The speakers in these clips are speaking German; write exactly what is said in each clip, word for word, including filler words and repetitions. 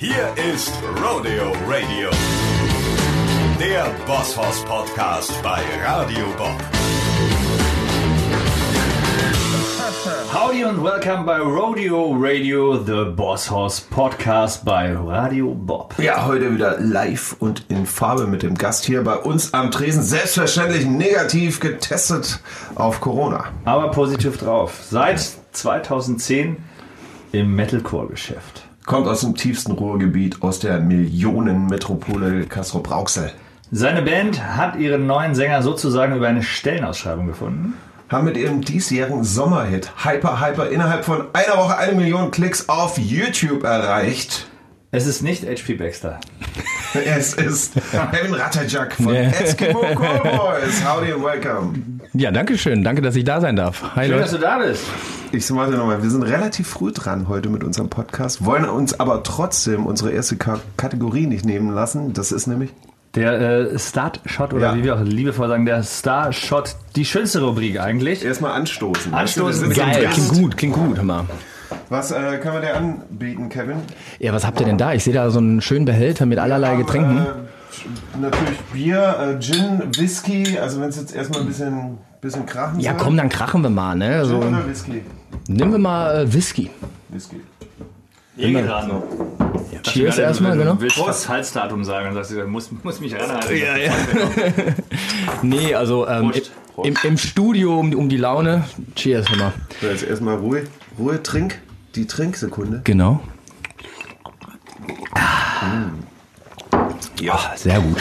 Hier ist Rodeo Radio, der Boss-Hoss Podcast bei Radio Bob. Howdy und welcome bei Rodeo Radio, the Boss-Hoss Podcast bei Radio Bob. Ja, heute wieder live und in Farbe mit dem Gast hier bei uns am Tresen. Selbstverständlich negativ getestet auf Corona. Aber positiv drauf. Seit zweitausendzehn im Metalcore-Geschäft. Kommt aus dem tiefsten Ruhrgebiet, aus der Millionenmetropole Castrop-Rauxel. Seine Band hat ihren neuen Sänger sozusagen über eine Stellenausschreibung gefunden. Haben mit ihrem diesjährigen Sommerhit Hyper Hyper innerhalb von einer Woche eine Million Klicks auf YouTube erreicht. Es ist nicht H P Baxter. Es ist Kevin Ratajczak von yeah. Eskimo Callboys. Howdy and welcome. Ja, danke schön. Danke, dass ich da sein darf. Hi, Schön, Leute. Dass du da bist. Ich sage nochmal, wir sind relativ früh dran heute mit unserem Podcast, wollen uns aber trotzdem unsere erste K- Kategorie nicht nehmen lassen. Das ist nämlich... Der äh, Start-Shot oder ja. wie wir auch liebevoll sagen, der Star-Shot, die schönste Rubrik eigentlich. Erstmal anstoßen. Anstoßen, weißt du, geil, klingt gut, klingt gut, hör mal. Was äh, können wir dir anbieten, Kevin? Ja, was habt ihr denn da? Ich sehe da so einen schönen Behälter mit allerlei haben, Getränken. Äh, natürlich Bier, äh, Gin, Whisky, also wenn es jetzt erstmal ein bisschen, bisschen krachen soll. Ja komm, dann krachen wir mal, ne? Gin So, oder Whisky? Nehmen wir mal äh, Whisky. Whisky. Irgendwann. Ja, Cheers erstmal, genau. Du willst das Halsdatum sagen, dann sagst du, muss, muss mich ranhalten. Ja, ja. Nee, also ähm, im, im Studio um, um die Laune. Cheers, hör mal. So, jetzt erstmal Ruhe, Ruhe, Trink, die Trinksekunde. Genau. Mm. Ja, sehr gut.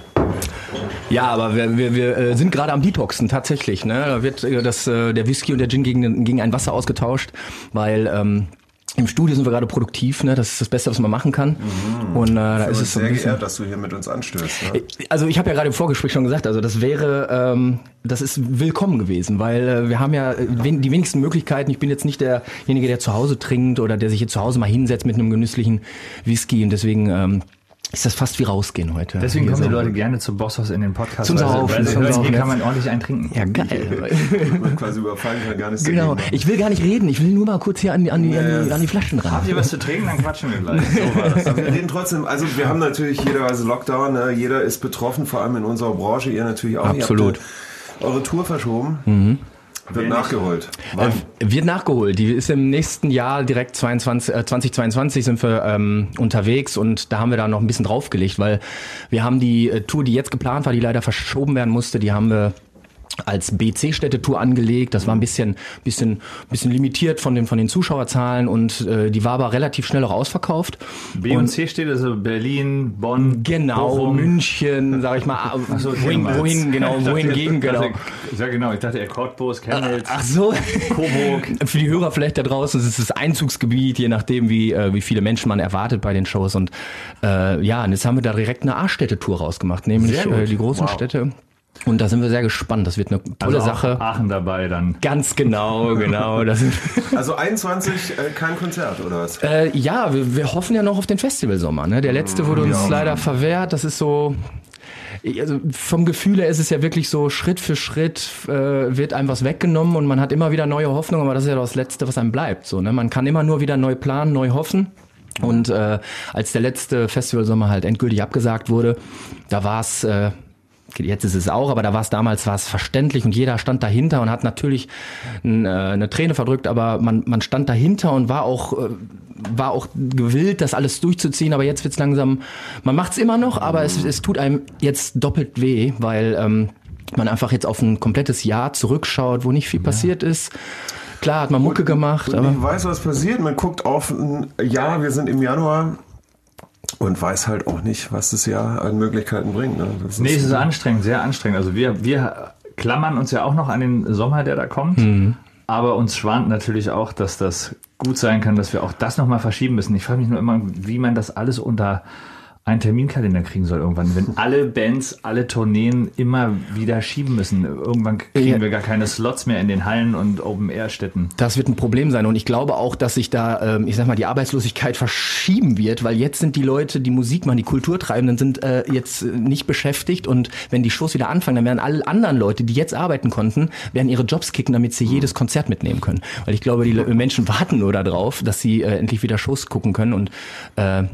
Ja, aber wir, wir, wir sind gerade am Detoxen tatsächlich. Ne? Da wird das, der Whisky und der Gin gegen, gegen ein Wasser ausgetauscht, weil ähm, im Studio sind wir gerade produktiv, ne? Das ist das Beste, was man machen kann. Mhm. Und äh, da ist es so sehr ein bisschen, geehrt, dass du hier mit uns anstößt. Ne? Also ich habe ja gerade im Vorgespräch schon gesagt, also das wäre, ähm, das ist willkommen gewesen, weil äh, wir haben ja wen, die wenigsten Möglichkeiten. Ich bin jetzt nicht derjenige, der zu Hause trinkt oder der sich hier zu Hause mal hinsetzt mit einem genüsslichen Whisky und deswegen ähm, ist das fast wie rausgehen heute. Deswegen kommen so die Leute gerne zu Boss-Hoss in den Podcast. Zum Saufen. Weil hier kann man ordentlich eintrinken. Ja, geil. Man quasi überfallen kann, gar nichts Genau. Ich will gar nicht reden. Ich will nur mal kurz hier an die, an die, an die, an die Flaschen ran. Habt ihr was zu trinken? Dann quatschen wir gleich. So war das. Aber wir reden trotzdem, also wir haben natürlich, jeder ist Lockdown, ne? Jeder ist betroffen, vor allem in unserer Branche, ihr natürlich auch. Absolut. Ihr habt eure Tour verschoben. Mhm. Wird nachgeholt. Äh, wird nachgeholt. Die ist im nächsten Jahr direkt zweiundzwanzig, äh, zwanzig zweiundzwanzig sind wir ähm, unterwegs und da haben wir da noch ein bisschen draufgelegt, weil wir haben die äh, Tour, die jetzt geplant war, die leider verschoben werden musste, die haben wir als B C-Städte-Tour angelegt. Das war ein bisschen, bisschen, bisschen limitiert von den, von den Zuschauerzahlen und äh, die war aber relativ schnell auch ausverkauft. B und C-Städte, also Berlin, Bonn, genau, Bochum. München, sag ich mal. Ach so, wohin, wohin, genau, wohin gegen, genau. Ja, genau. Ich dachte eher Cottbus, Chemnitz. Ach so. Coburg. Für die Hörer vielleicht da draußen, es ist das Einzugsgebiet, je nachdem, wie, äh, wie viele Menschen man erwartet bei den Shows. Und äh, ja, und jetzt haben wir da direkt eine A-Städte-Tour rausgemacht, nämlich äh, die großen wow. Städte. Und da sind wir sehr gespannt. Das wird eine tolle also Sache. Aachen dabei dann. Ganz genau, genau. Das sind also einundzwanzig äh, kein Konzert, oder was? Äh, ja, wir, wir hoffen ja noch auf den Festivalsommer. Ne? Der letzte wurde uns ja leider verwehrt. Das ist so... Also vom Gefühl her ist es ja wirklich so, Schritt für Schritt äh, wird einem was weggenommen und man hat immer wieder neue Hoffnung, aber das ist ja das Letzte, was einem bleibt. So, ne? Man kann immer nur wieder neu planen, neu hoffen. Und äh, als der letzte Festivalsommer halt endgültig abgesagt wurde, da war es... Äh, Jetzt ist es auch, aber da war es damals war es verständlich und jeder stand dahinter und hat natürlich n, äh, eine Träne verdrückt, aber man man stand dahinter und war auch äh, war auch gewillt, das alles durchzuziehen. Aber jetzt wird's langsam, man macht's immer noch, aber es, es tut einem jetzt doppelt weh, weil ähm, man einfach jetzt auf ein komplettes Jahr zurückschaut, wo nicht viel ja. passiert ist. Klar hat man Mucke und, gemacht, und aber man weiß, was passiert. Man guckt auf ein Jahr, wir sind im Januar. Und weiß halt auch nicht, was das Jahr an Möglichkeiten bringt. Ne? Das nee, ist es ist anstrengend, sehr anstrengend. Also wir, wir klammern uns ja auch noch an den Sommer, der da kommt. Mhm. Aber uns schwant natürlich auch, dass das gut sein kann, dass wir auch das nochmal verschieben müssen. Ich frage mich nur immer, wie man das alles unter einen Terminkalender kriegen soll irgendwann. Wenn alle Bands, alle Tourneen immer wieder schieben müssen. Irgendwann kriegen ja. wir gar keine Slots mehr in den Hallen und Open-Air-Städten. Das wird ein Problem sein und ich glaube auch, dass sich da, ich sag mal, die Arbeitslosigkeit verschieben wird, weil jetzt sind die Leute, die Musik machen, die Kulturtreibenden sind äh, jetzt nicht beschäftigt und wenn die Shows wieder anfangen, dann werden alle anderen Leute, die jetzt arbeiten konnten, werden ihre Jobs kicken, damit sie jedes Konzert mitnehmen können. Weil ich glaube, die Menschen warten nur darauf, dass sie äh, endlich wieder Shows gucken können und äh,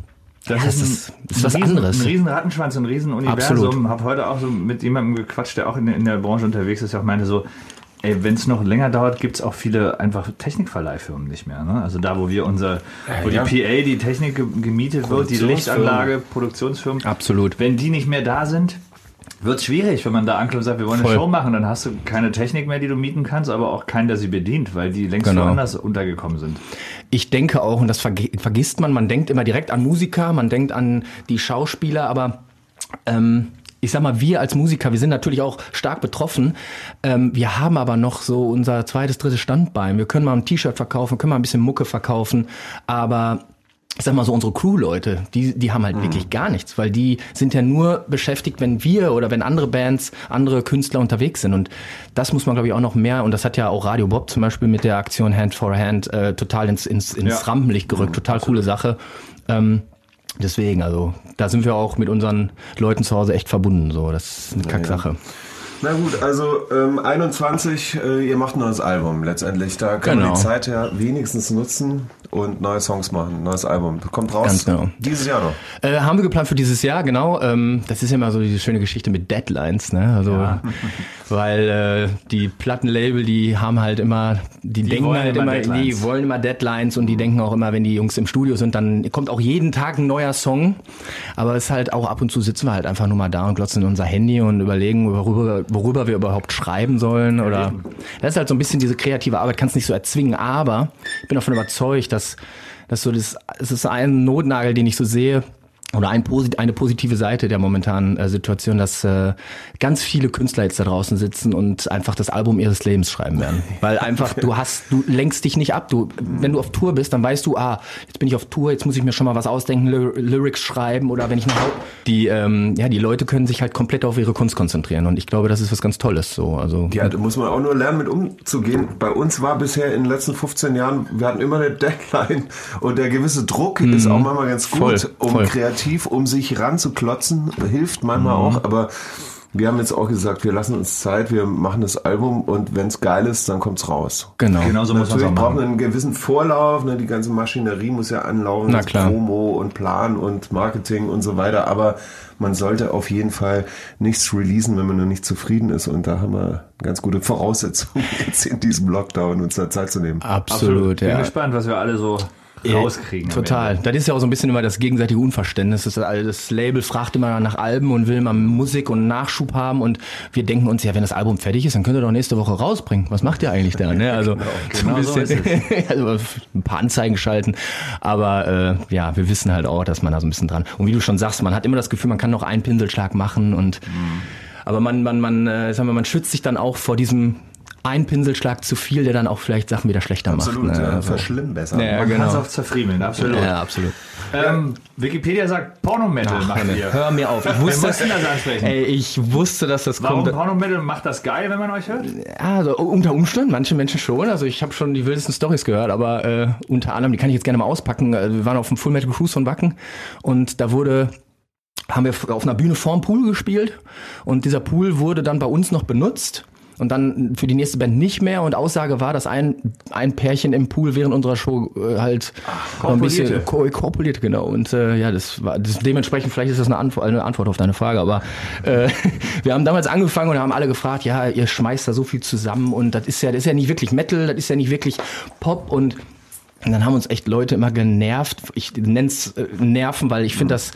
Das Ja, ist, das ein, ist, ist was ein riesen, anderes. Ein riesen Rattenschwanz, ein riesen Universum. Absolut. Habe heute auch so mit jemandem gequatscht, der auch in, in der Branche unterwegs ist, der auch meinte so, ey, wenn es noch länger dauert, gibt es auch viele einfach Technikverleihfirmen nicht mehr. Ne? Also da, wo wir unser, wo ja. die P A, die Technik gemietet wird, die Lichtanlage, Produktionsfirmen. Absolut. Wenn die nicht mehr da sind, wird es schwierig, wenn man da anklopft und sagt, wir wollen Voll. eine Show machen, dann hast du keine Technik mehr, die du mieten kannst, aber auch keinen, der sie bedient, weil die längst Genau. woanders untergekommen sind. Ich denke auch, und das verge- vergisst man, man denkt immer direkt an Musiker, man denkt an die Schauspieler, aber ähm, ich sag mal, wir als Musiker, wir sind natürlich auch stark betroffen. Ähm, wir haben aber noch so unser zweites, drittes Standbein. Wir können mal ein T-Shirt verkaufen, können mal ein bisschen Mucke verkaufen, aber ich sag mal so, unsere Crew-Leute, die, die haben halt mhm. wirklich gar nichts, weil die sind ja nur beschäftigt, wenn wir oder wenn andere Bands, andere Künstler unterwegs sind. Und das muss man, glaube ich, auch noch mehr, und das hat ja auch Radio Bob zum Beispiel mit der Aktion Hand for Hand äh, total ins, ins, ins Ja. Rampenlicht gerückt. Total coole Sache. Ähm, deswegen, also da sind wir auch mit unseren Leuten zu Hause echt verbunden. So, das ist eine Kacksache. Na gut, also ähm, einundzwanzig, äh, ihr macht ein neues Album letztendlich. Da kann Genau. man die Zeit ja wenigstens nutzen und neue Songs machen. Neues Album. Kommt raus Ganz genau. dieses Jahr noch. Äh, haben wir geplant für dieses Jahr, genau. Ähm, das ist ja immer so diese schöne Geschichte mit Deadlines, ne? Also, Ja. weil äh, die Plattenlabel, die haben halt immer, die, denken wollen halt immer immer, Deadlines. die wollen immer Deadlines, und die denken auch immer, wenn die Jungs im Studio sind, dann kommt auch jeden Tag ein neuer Song. Aber es ist halt auch ab und zu sitzen wir halt einfach nur mal da und glotzen in unser Handy und überlegen, worüber, worüber wir überhaupt schreiben sollen. Oder das ist halt so ein bisschen diese kreative Arbeit, kannst nicht so erzwingen, aber ich bin davon überzeugt, dass dass so das, es ist ein Notnagel, den ich so sehe, oder ein, eine positive Seite der momentanen äh, Situation, dass äh, ganz viele Künstler jetzt da draußen sitzen und einfach das Album ihres Lebens schreiben werden. Weil einfach, du hast, du lenkst dich nicht ab. Du, wenn du auf Tour bist, dann weißt du, ah, jetzt bin ich auf Tour, jetzt muss ich mir schon mal was ausdenken, Ly- Lyrics schreiben, oder wenn ich nach die, ähm, ja, die Leute können sich halt komplett auf ihre Kunst konzentrieren, und ich glaube, das ist was ganz Tolles. So, also Ja, da muss man auch nur lernen, mit umzugehen. Bei uns war bisher in den letzten fünfzehn Jahren, wir hatten immer eine Deadline, und der gewisse Druck ist auch manchmal ganz gut, Voll, um voll. kreativ, um sich ranzuklotzen, hilft manchmal Mhm. auch, aber wir haben jetzt auch gesagt, wir lassen uns Zeit, wir machen das Album, und wenn es geil ist, dann kommt's raus. genau. Genau so muss man es Natürlich auch braucht machen. man einen gewissen Vorlauf, ne, die ganze Maschinerie muss ja anlaufen, Na das klar. Promo und Plan und Marketing und so weiter, aber man sollte auf jeden Fall nichts releasen, wenn man noch nicht zufrieden ist, und da haben wir ganz gute Voraussetzungen, jetzt in diesem Lockdown uns da Zeit zu nehmen. Absolut, Bin ja. gespannt, was wir alle so rauskriegen. am Total. Ende. Das ist ja auch so ein bisschen immer das gegenseitige Unverständnis. Das, das Label fragt immer nach Alben und will immer Musik und Nachschub haben, und wir denken uns, ja, wenn das Album fertig ist, dann könnt ihr doch nächste Woche rausbringen. Was macht ihr eigentlich da? Ne? Also, genau ein, so bisschen, ist also ein paar Anzeigen schalten. Aber äh, ja, wir wissen halt auch, dass man da so ein bisschen dran. Und wie du schon sagst, man hat immer das Gefühl, man kann noch einen Pinselschlag machen, und Mhm. aber man, man, man, äh, sagen wir, man schützt sich dann auch vor diesem ein Pinselschlag zu viel, der dann auch vielleicht Sachen wieder schlechter Absolut, macht. Ne? ja, Also, verschlimmbessern. Ja, Man genau. kann es auch zerfriemeln, absolut. ja, absolut. Ähm, Wikipedia sagt, Pornometal Ach, machen wir. hör mir auf. Ich wusste, Wir mussten das ansprechen. ey, ich wusste, dass das Warum kommt. Pornometal? Macht das geil, wenn man euch hört? Ja, also unter Umständen, manche Menschen schon. Also ich habe schon die wildesten Storys gehört, aber äh, unter anderem, die kann ich jetzt gerne mal auspacken. Äh, Wir waren auf dem Full Metal Cruise von Wacken, und da wurde haben wir auf einer Bühne vorm Pool gespielt, und dieser Pool wurde dann bei uns noch benutzt. Und dann für die nächste Band nicht mehr. Und Aussage war, dass ein, ein Pärchen im Pool während unserer Show äh, halt noch ein bisschen ko- korpulierte, genau. Und äh, ja, das war das, dementsprechend, vielleicht ist das eine Antwort, eine Antwort auf deine Frage. Aber äh, wir haben damals angefangen und haben alle gefragt, ja, ihr schmeißt da so viel zusammen, und das ist ja, das ist ja nicht wirklich Metal, das ist ja nicht wirklich Pop. Und Und dann haben uns echt Leute immer genervt. Ich nenn's äh, Nerven, weil ich finde, das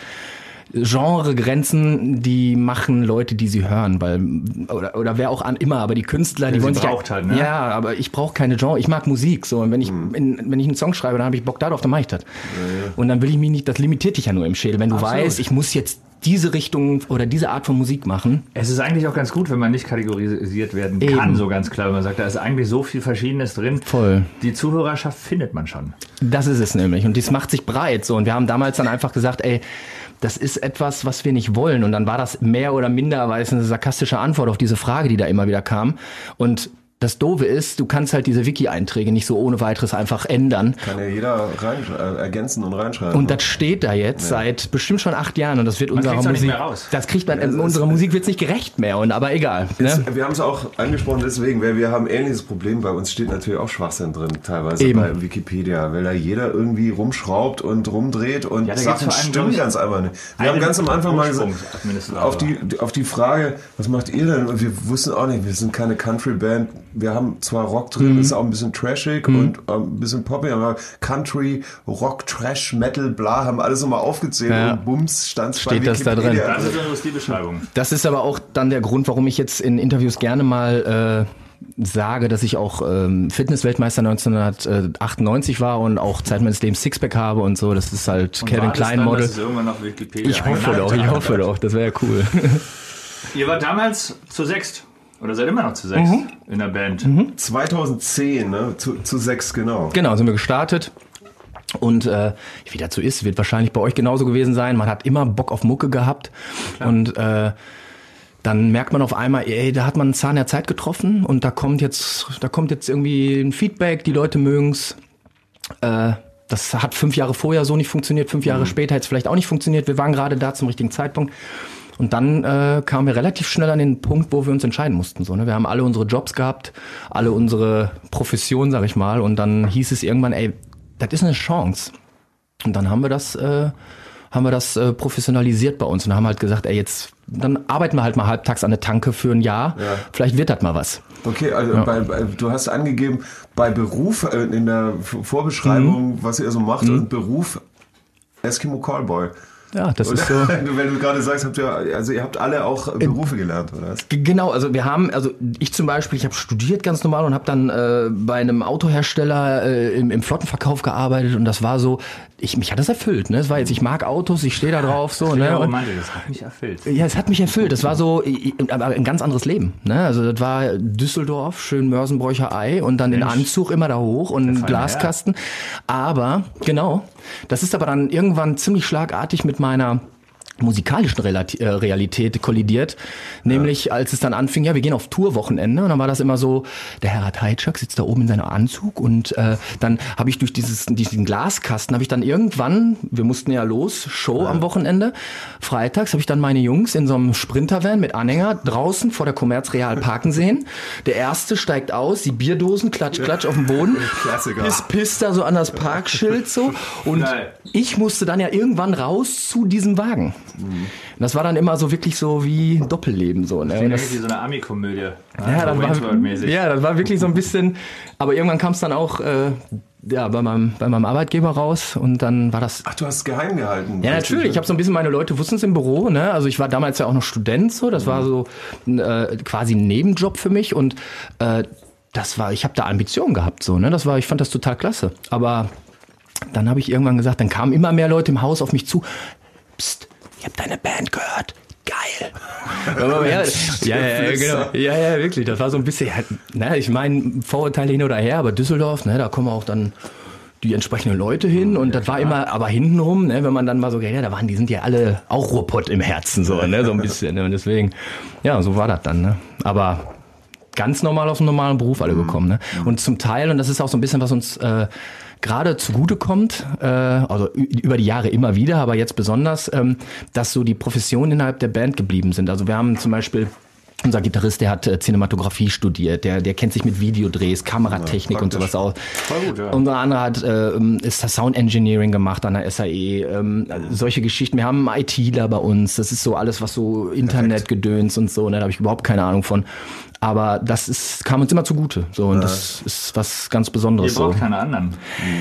Genregrenzen, die machen Leute, die sie hören, weil oder oder wer auch an immer, aber die Künstler, die sie wollen sich braucht ja, halt, ne? ja, aber ich brauche keine Genre, ich mag Musik so, und wenn ich Mhm. in, wenn ich einen Song schreibe, dann habe ich Bock darauf, dann mache ich das. Ja, ja. Und dann will ich mich nicht, das limitiert dich ja nur im Schädel, wenn du Absolut. weißt, ich muss jetzt diese Richtung oder diese Art von Musik machen. Es ist eigentlich auch ganz gut, wenn man nicht kategorisiert werden Eben. kann, so ganz klar. Wenn man sagt, da ist eigentlich so viel Verschiedenes drin. Voll. Die Zuhörerschaft findet man schon. Das ist es nämlich. Und das macht sich breit. So. Und wir haben damals dann einfach gesagt, ey, das ist etwas, was wir nicht wollen. Und dann war das mehr oder minder, weil es eine sarkastische Antwort auf diese Frage, die da immer wieder kam. Und Das Doofe ist, du kannst halt diese Wiki-Einträge nicht so ohne weiteres einfach ändern. Kann ja jeder rein, äh, ergänzen und reinschreiben. Und das steht da jetzt ja. seit bestimmt schon acht Jahren und das wird unserer Musik. Nicht mehr raus. Das kriegt man, in unserer Musik wird's nicht gerecht mehr, und aber egal. Ist, Ne? Wir haben es auch angesprochen deswegen, weil wir haben ein ähnliches Problem. Bei uns steht natürlich auch Schwachsinn drin, teilweise Eben. bei Wikipedia, weil da jeder irgendwie rumschraubt und rumdreht und ja, Sachen stimmen ganz einfach nicht. Wir haben ganz am Anfang mal gesagt, auf die, auf die Frage, was macht ihr denn? Und wir wussten auch nicht, wir sind keine Country-Band. Wir haben zwar Rock drin, mhm. ist auch ein bisschen trashig mhm. und äh, ein bisschen poppig, aber Country, Rock, Trash, Metal, bla, haben alles nochmal aufgezählt ja. und bums, stand es bei Steht das da drin. Das ist die Beschreibung. Das ist aber auch dann der Grund, warum ich jetzt in Interviews gerne mal äh, sage, dass ich auch ähm, Fitness-Weltmeister neunzehnhundertachtundneunzig war und auch Zeit meines Lebens Sixpack habe und so. Das ist halt und Calvin Klein Model. Ich hoffe doch, ich hoffe doch. Das wäre ja cool. Ihr wart damals zu sechst. Oder seid immer noch zu sechs mhm. in der Band? Mhm. zweitausendzehn, ne? Zu, zu sechs, genau. Genau, sind wir gestartet. Und äh, wie dazu ist, wird wahrscheinlich bei euch genauso gewesen sein. Man hat immer Bock auf Mucke gehabt. Ja, und äh, dann merkt man auf einmal, ey, da hat man einen Zahn der Zeit getroffen und da kommt jetzt, da kommt jetzt irgendwie ein Feedback, die Leute mögen's. Äh, das hat fünf Jahre vorher so nicht funktioniert, fünf Jahre mhm. später hätte es vielleicht auch nicht funktioniert. Wir waren gerade da zum richtigen Zeitpunkt. Und dann äh, kamen wir relativ schnell an den Punkt, wo wir uns entscheiden mussten. So, ne? Wir haben alle unsere Jobs gehabt, alle unsere Profession, sag ich mal. Und dann hieß es irgendwann, ey, das ist eine Chance. Und dann haben wir das, äh, haben wir das äh, professionalisiert bei uns und haben halt gesagt, ey, jetzt dann arbeiten wir halt mal halbtags an der Tanke für ein Jahr. Ja. Vielleicht wird das mal was. Okay, also ja. bei, bei, du hast angegeben, bei Beruf äh, in der Vorbeschreibung, mhm. was ihr so macht, mhm. und Beruf Eskimo Callboy. Ja, das oder? Ist so. Wenn du gerade sagst, habt ihr, also ihr habt alle auch Berufe gelernt, oder was? Genau, also wir haben, also ich zum Beispiel, ich habe studiert ganz normal und habe dann äh, bei einem Autohersteller äh, im, im Flottenverkauf gearbeitet und das war so, ich, mich hat das erfüllt, ne? Es war jetzt, ich mag Autos, ich stehe da drauf, so, ne? Und, das hat mich erfüllt. Ja, es hat mich erfüllt. Das war so, aber ein ganz anderes Leben, ne? Also das war Düsseldorf, schön Mörsenbräucher Ei und dann den Anzug immer da hoch und einen Glaskasten. Aber genau, das ist aber dann irgendwann ziemlich schlagartig mit meiner musikalischen Realität kollidiert, nämlich ja. als es dann anfing, ja, wir gehen auf Tourwochenende und dann war das immer so, der Herr Ratajczak sitzt da oben in seinem Anzug und äh, dann habe ich durch dieses diesen Glaskasten, habe ich dann irgendwann, wir mussten ja los, Show ja. am Wochenende, freitags habe ich dann meine Jungs in so einem Sprintervan mit Anhänger draußen vor der Commerz Real parken sehen. Der erste steigt aus, die Bierdosen, klatsch, klatsch auf dem Boden, Klassiker. Piss, piss da so an das Parkschild so und Geil. Ich musste dann ja irgendwann raus zu diesem Wagen. Mhm. Das war dann immer so wirklich so wie Doppelleben so, ne? Das ist wie so eine Ami-Komödie. Ja, ja, das war, ja, das war wirklich so ein bisschen, aber irgendwann kam es dann auch äh, ja, bei meinem, bei meinem Arbeitgeber raus und dann war das... Ach, du hast es geheim gehalten? Ja, natürlich. Ich habe so ein bisschen, meine Leute wussten es im Büro, ne? Also ich war damals ja auch noch Student, so. Das mhm. war so äh, quasi ein Nebenjob für mich und äh, das war, ich habe da Ambitionen gehabt, so, ne? Das war, ich fand das total klasse. Aber dann habe ich irgendwann gesagt, dann kamen immer mehr Leute im Haus auf mich zu. Psst, ich habe deine Band gehört. Geil. ja, ja, ja, genau. ja, ja, wirklich. Das war so ein bisschen, na, ich meine, Vorurteile hin oder her, aber Düsseldorf, ne, da kommen auch dann die entsprechenden Leute hin und ja, das war klar. immer, aber hintenrum, ne, wenn man dann mal so, ja, da waren, die sind ja alle auch Ruhrpott im Herzen, so, ne, so ein bisschen, ne, und deswegen, ja, so war das dann, ne, aber ganz normal aus dem normalen Beruf alle gekommen, ne, und zum Teil, und das ist auch so ein bisschen, was uns, äh, gerade zugute kommt, äh, also über die Jahre immer wieder, aber jetzt besonders, ähm, dass so die Professionen innerhalb der Band geblieben sind. Also wir haben zum Beispiel unser Gitarrist, der hat äh, Cinematografie studiert, der der kennt sich mit Videodrehs, Kameratechnik ja, und sowas aus. Voll gut, ja. Unser anderer hat äh, ist Sound Engineering gemacht an der S A E, ähm, also solche Geschichten. Wir haben einen ITler bei uns, das ist so alles, was so Internetgedöns und so, ne, da habe ich überhaupt keine Ahnung von. Aber das ist, kam uns immer zugute. So, und ja. das ist was ganz Besonderes. Ihr braucht so. keine anderen.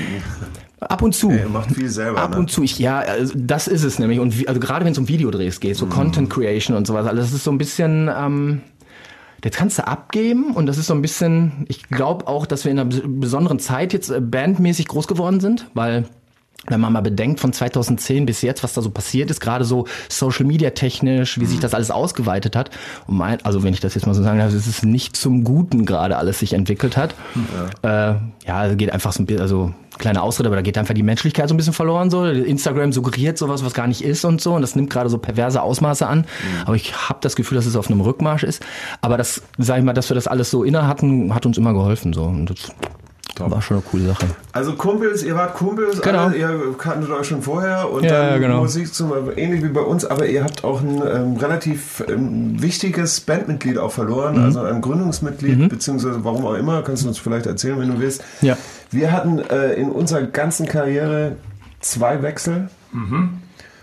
Ab und zu. Ihr macht viel selber. Ab ne? und zu. Ich, ja, also das ist es nämlich. Und wie, also gerade wenn es um Videodrehs geht, so mhm. Content Creation und sowas, also das ist so ein bisschen, ähm, das kannst du abgeben und das ist so ein bisschen, ich glaube auch, dass wir in einer besonderen Zeit jetzt äh, bandmäßig groß geworden sind, weil wenn man mal bedenkt, von zweitausendzehn bis jetzt, was da so passiert ist, gerade so Social Media technisch, wie sich das alles ausgeweitet hat. Und mein, also wenn ich das jetzt mal so sagen darf, es ist nicht zum Guten gerade alles sich entwickelt hat. Ja, äh, ja also geht einfach so ein bisschen, also kleine Ausrede, aber da geht einfach die Menschlichkeit so ein bisschen verloren. So. Instagram suggeriert sowas, was gar nicht ist und so. Und das nimmt gerade so perverse Ausmaße an. Mhm. Aber ich habe das Gefühl, dass es auf einem Rückmarsch ist. Aber das, sag ich mal, dass wir das alles so inne hatten, hat uns immer geholfen. So. Und das Top. War schon eine coole Sache. Also Kumpels, ihr wart Kumpels, genau. alle, ihr kanntet euch schon vorher und ja, dann genau. Musik zum, ähnlich wie bei uns, aber ihr habt auch ein ähm, relativ ähm, wichtiges Bandmitglied auch verloren, mhm. also ein Gründungsmitglied, mhm. beziehungsweise warum auch immer, kannst du uns vielleicht erzählen, wenn du willst. Ja. Wir hatten äh, in unserer ganzen Karriere zwei Wechsel. Mhm.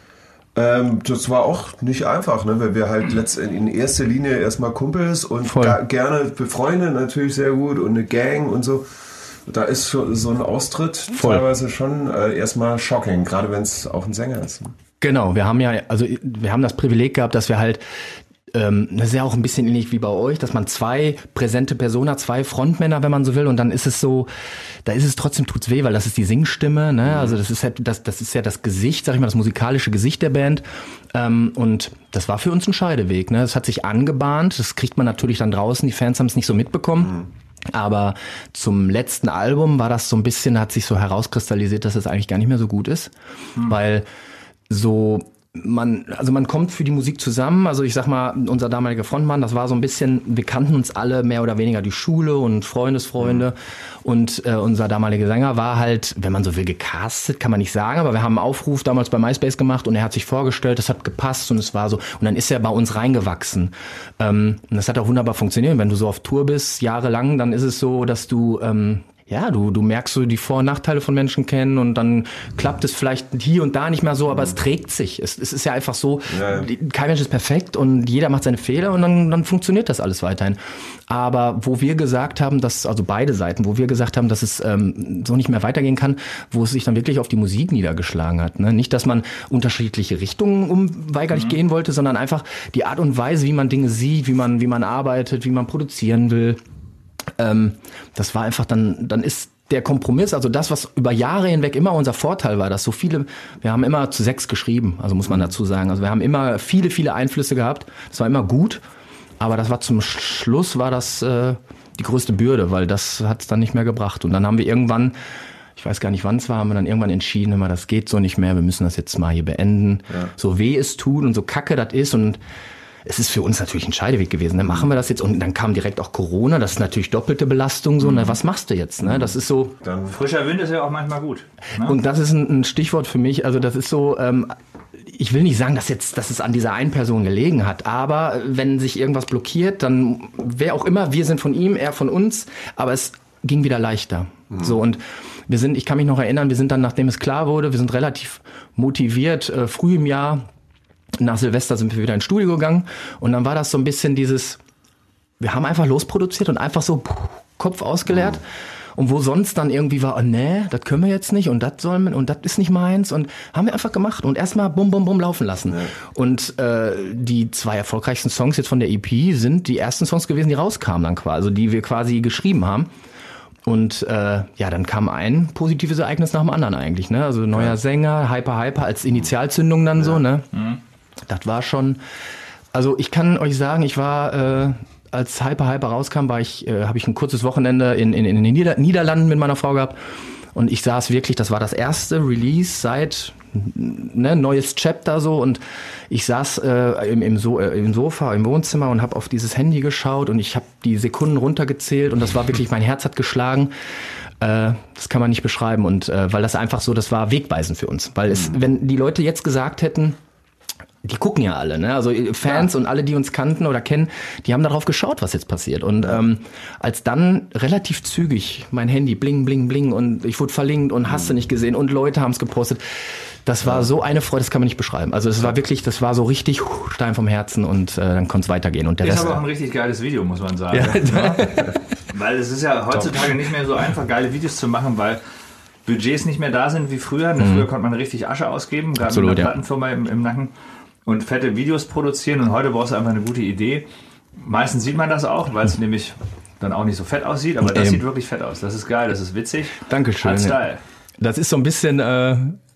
Ähm, das war auch nicht einfach, ne? Weil wir halt letztendlich in erster Linie erstmal Kumpels und ga, gerne befreundet, natürlich sehr gut und eine Gang und so. Da ist so, so ein Austritt Voll. teilweise schon äh, erstmal shocking, gerade wenn es auch ein Sänger ist. Genau, wir haben ja, also wir haben das Privileg gehabt, dass wir halt, ähm, das ist ja auch ein bisschen ähnlich wie bei euch, dass man zwei präsente Personen hat, zwei Frontmänner, wenn man so will, und dann ist es so, da ist es trotzdem, tut's weh, weil das ist die Singstimme, ne? Also das ist halt, das, das ist ja das Gesicht, sag ich mal, das musikalische Gesicht der Band. Ähm, und das war für uns ein Scheideweg, ne? Das hat sich angebahnt, das kriegt man natürlich dann draußen, die Fans haben es nicht so mitbekommen. Mhm. Aber zum letzten Album war das so ein bisschen, hat sich so herauskristallisiert, dass es eigentlich gar nicht mehr so gut ist, hm. weil so man, also man kommt für die Musik zusammen, also ich sag mal, unser damaliger Frontmann, das war so ein bisschen, wir kannten uns alle mehr oder weniger die Schule und Freundesfreunde hm. und äh, unser damaliger Sänger war halt, wenn man so will, gecastet, kann man nicht sagen, aber wir haben einen Aufruf damals bei MySpace gemacht und er hat sich vorgestellt, das hat gepasst und es war so, und dann ist er bei uns reingewachsen. Ähm, und das hat auch wunderbar funktioniert. Wenn du so auf Tour bist, jahrelang, dann ist es so, dass du ähm, ja, du du merkst so die Vor- und Nachteile von Menschen kennen und dann klappt es vielleicht hier und da nicht mehr so, aber es trägt sich. Es, es ist ja einfach so, ja, ja. kein Mensch ist perfekt und jeder macht seine Fehler und dann, dann funktioniert das alles weiterhin. Aber wo wir gesagt haben, dass, also beide Seiten, wo wir gesagt haben, dass es ähm, so nicht mehr weitergehen kann, wo es sich dann wirklich auf die Musik niedergeschlagen hat. Ne? Nicht, dass man unterschiedliche Richtungen unweigerlich mhm. gehen wollte, sondern einfach die Art und Weise, wie man Dinge sieht, wie man, wie man arbeitet, wie man produzieren will. Ähm, das war einfach dann, dann ist der Kompromiss, also das, was über Jahre hinweg immer unser Vorteil war, dass so viele, wir haben immer zu sechs geschrieben, also muss man dazu sagen, also wir haben immer viele, viele Einflüsse gehabt, das war immer gut, aber das war zum Schluss, war das äh, die größte Bürde, weil das hat es dann nicht mehr gebracht und dann haben wir irgendwann, ich weiß gar nicht wann es war, haben wir dann irgendwann entschieden, immer, das geht so nicht mehr, wir müssen das jetzt mal hier beenden, ja. So weh es tut und so kacke das ist und es ist für uns natürlich ein Scheideweg gewesen. Dann machen wir das jetzt und dann kam direkt auch Corona. Das ist natürlich doppelte Belastung. So, ne? Was machst du jetzt? Ne? Das ist so. Dann frischer Wind ist ja auch manchmal gut. Ne? Und das ist ein, ein Stichwort für mich. Also das ist so. Ähm, ich will nicht sagen, dass jetzt, dass es an dieser einen Person gelegen hat. Aber wenn sich irgendwas blockiert, dann wer auch immer, wir sind von ihm, er von uns. Aber es ging wieder leichter. Mhm. So und wir sind. Ich kann mich noch erinnern. Wir sind dann, nachdem es klar wurde, wir sind relativ motiviert. Äh, früh im Jahr. Nach Silvester sind wir wieder ins Studio gegangen und dann war das so ein bisschen dieses, wir haben einfach losproduziert und einfach so puh, Kopf ausgeleert und wo sonst dann irgendwie war, oh nee, das können wir jetzt nicht und das soll man und das ist nicht meins und haben wir einfach gemacht und erstmal bum bum bum laufen lassen. Ja. Und äh, die zwei erfolgreichsten Songs jetzt von der E P sind die ersten Songs gewesen, die rauskamen dann quasi, also die wir quasi geschrieben haben. Und äh, ja, dann kam ein positives Ereignis nach dem anderen eigentlich, ne? Also neuer ja. Sänger, Hyper Hyper als Initialzündung dann ja. so, ne? Mhm. Das war schon, also ich kann euch sagen, ich war, äh, als Hyper Hyper rauskam, war ich, äh, habe ich ein kurzes Wochenende in, in, in den Nieder- Niederlanden mit meiner Frau gehabt und ich saß wirklich, das war das erste Release seit, ne, neues Chapter so und ich saß äh, im, im, so- äh, im Sofa, im Wohnzimmer und habe auf dieses Handy geschaut und ich habe die Sekunden runtergezählt und das war wirklich, mein Herz hat geschlagen. Äh, das kann man nicht beschreiben und äh, weil das einfach so, das war wegweisend für uns, weil es, wenn die Leute jetzt gesagt hätten, die gucken ja alle, ne? Also Fans ja. und alle, die uns kannten oder kennen, die haben darauf geschaut, was jetzt passiert. Und ähm, als dann relativ zügig mein Handy bling, bling, bling und ich wurde verlinkt und hast du nicht gesehen und Leute haben es gepostet. Das war ja. so eine Freude, das kann man nicht beschreiben. Also es war wirklich, das war so richtig huh, Stein vom Herzen und äh, dann konnte es weitergehen. Und der ist Rest, aber auch ein richtig geiles Video, muss man sagen. Ja. Ja. Weil es ist ja heutzutage nicht mehr so einfach, geile Videos zu machen, weil Budgets nicht mehr da sind wie früher. Mhm. Früher konnte man richtig Asche ausgeben, gerade mit einer ja. Plattenfirma im, im Nacken. Und fette Videos produzieren und heute brauchst du einfach eine gute Idee. Meistens sieht man das auch, weil es mhm. nämlich dann auch nicht so fett aussieht, aber das ähm. sieht wirklich fett aus. Das ist geil, das ist witzig. Dankeschön. Hat Style. Das ist so ein bisschen, äh,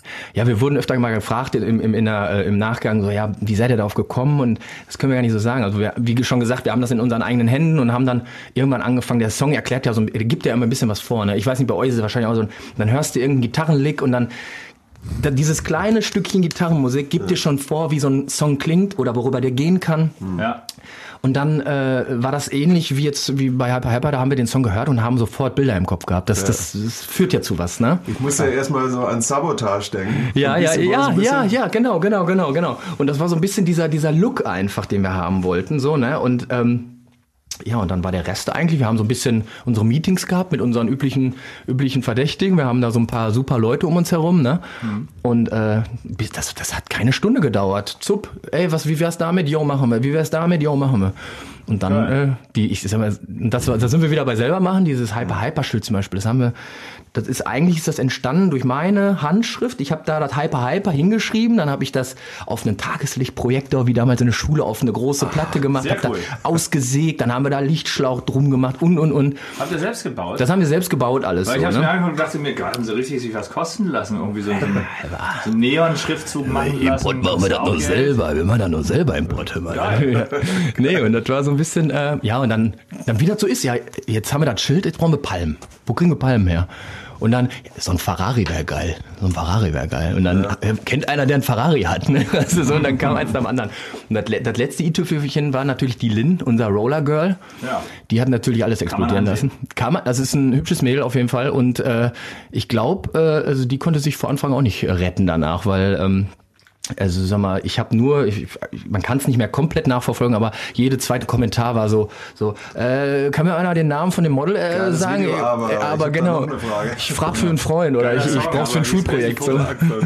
Ja, wir wurden öfter mal gefragt im, im, in der, äh, im Nachgang, so, ja, wie seid ihr darauf gekommen? Und das können wir gar nicht so sagen. Also wir, wie schon gesagt, wir haben das in unseren eigenen Händen und haben dann irgendwann angefangen, der Song erklärt ja so, gibt ja immer ein bisschen was vor, ne? Ich weiß nicht, bei euch ist es wahrscheinlich auch so, dann hörst du irgendeinen Gitarrenlick und dann, da, dieses kleine Stückchen Gitarrenmusik gibt dir schon vor, wie so ein Song klingt oder worüber der gehen kann. Ja. Und dann äh, war das ähnlich wie jetzt wie bei Hyper Hyper, da haben wir den Song gehört und haben sofort Bilder im Kopf gehabt. Das, ja. das, das führt ja zu was, ne? Ich muss ja erstmal so an Sabotage denken. Ja, ja, ja, ja, ja, genau, genau, genau, genau. Und das war so ein bisschen dieser dieser Look einfach, den wir haben wollten, so, ne? Und ähm, ja, und dann war der Rest eigentlich, wir haben so ein bisschen unsere Meetings gehabt mit unseren üblichen üblichen Verdächtigen. Wir haben da so ein paar super Leute um uns herum, ne? Mhm. Und äh, das, das hat keine Stunde gedauert. Zup, ey, was, wie wär's damit? Jo, machen wir. Wie wär's damit? Jo, machen wir. Und dann, ja. äh, die, ich sag mal, das, da sind wir wieder bei selber machen, dieses Hyper-Hyper-Schild zum Beispiel, das haben wir, das ist eigentlich ist das entstanden durch meine Handschrift. Ich habe da das Hyper-Hyper hingeschrieben, dann habe ich das auf einen Tageslichtprojektor, wie damals in der Schule, auf eine große Platte gemacht, habe cool. da ausgesägt, dann haben wir da Lichtschlauch drum gemacht und, und, und. Habt ihr selbst gebaut? Das haben wir selbst gebaut alles. Weil ich so, hab's ne? mir angeguckt und dachte mir, haben sie richtig sich was kosten lassen, irgendwie so einen, so einen Neon-Schriftzug machen lassen. Import machen wir das nur selber, wir machen das nur selber Import. Ja. Nee, und das war so ein bisschen, äh, ja, und dann, dann wie das so ist, ja, jetzt haben wir das Schild, jetzt brauchen wir Palmen. Wo kriegen wir Palmen her? Und dann, ja, so ein Ferrari wäre geil. So ein Ferrari wäre geil. Und dann ja. äh, kennt einer, der einen Ferrari hat. Ne? Also so, und dann kam eins nach dem anderen. Und das, das letzte i-Tüpfelchen war natürlich die Lynn, unser Roller Girl. Ja. Die hat natürlich alles explodieren lassen. Kann man, das ist ein hübsches Mädel auf jeden Fall. Und äh, ich glaube, äh, also die konnte sich vor Anfang auch nicht retten danach, weil... Ähm, Also sag mal, ich habe nur, ich, man kann es nicht mehr komplett nachverfolgen, aber jede zweite Kommentar war so, so, äh, kann mir einer den Namen von dem Model äh, sagen? Video, aber äh, aber ich genau, ich frage für einen Freund oder ja, ich, ich brauch's für ein Schulprojekt. So.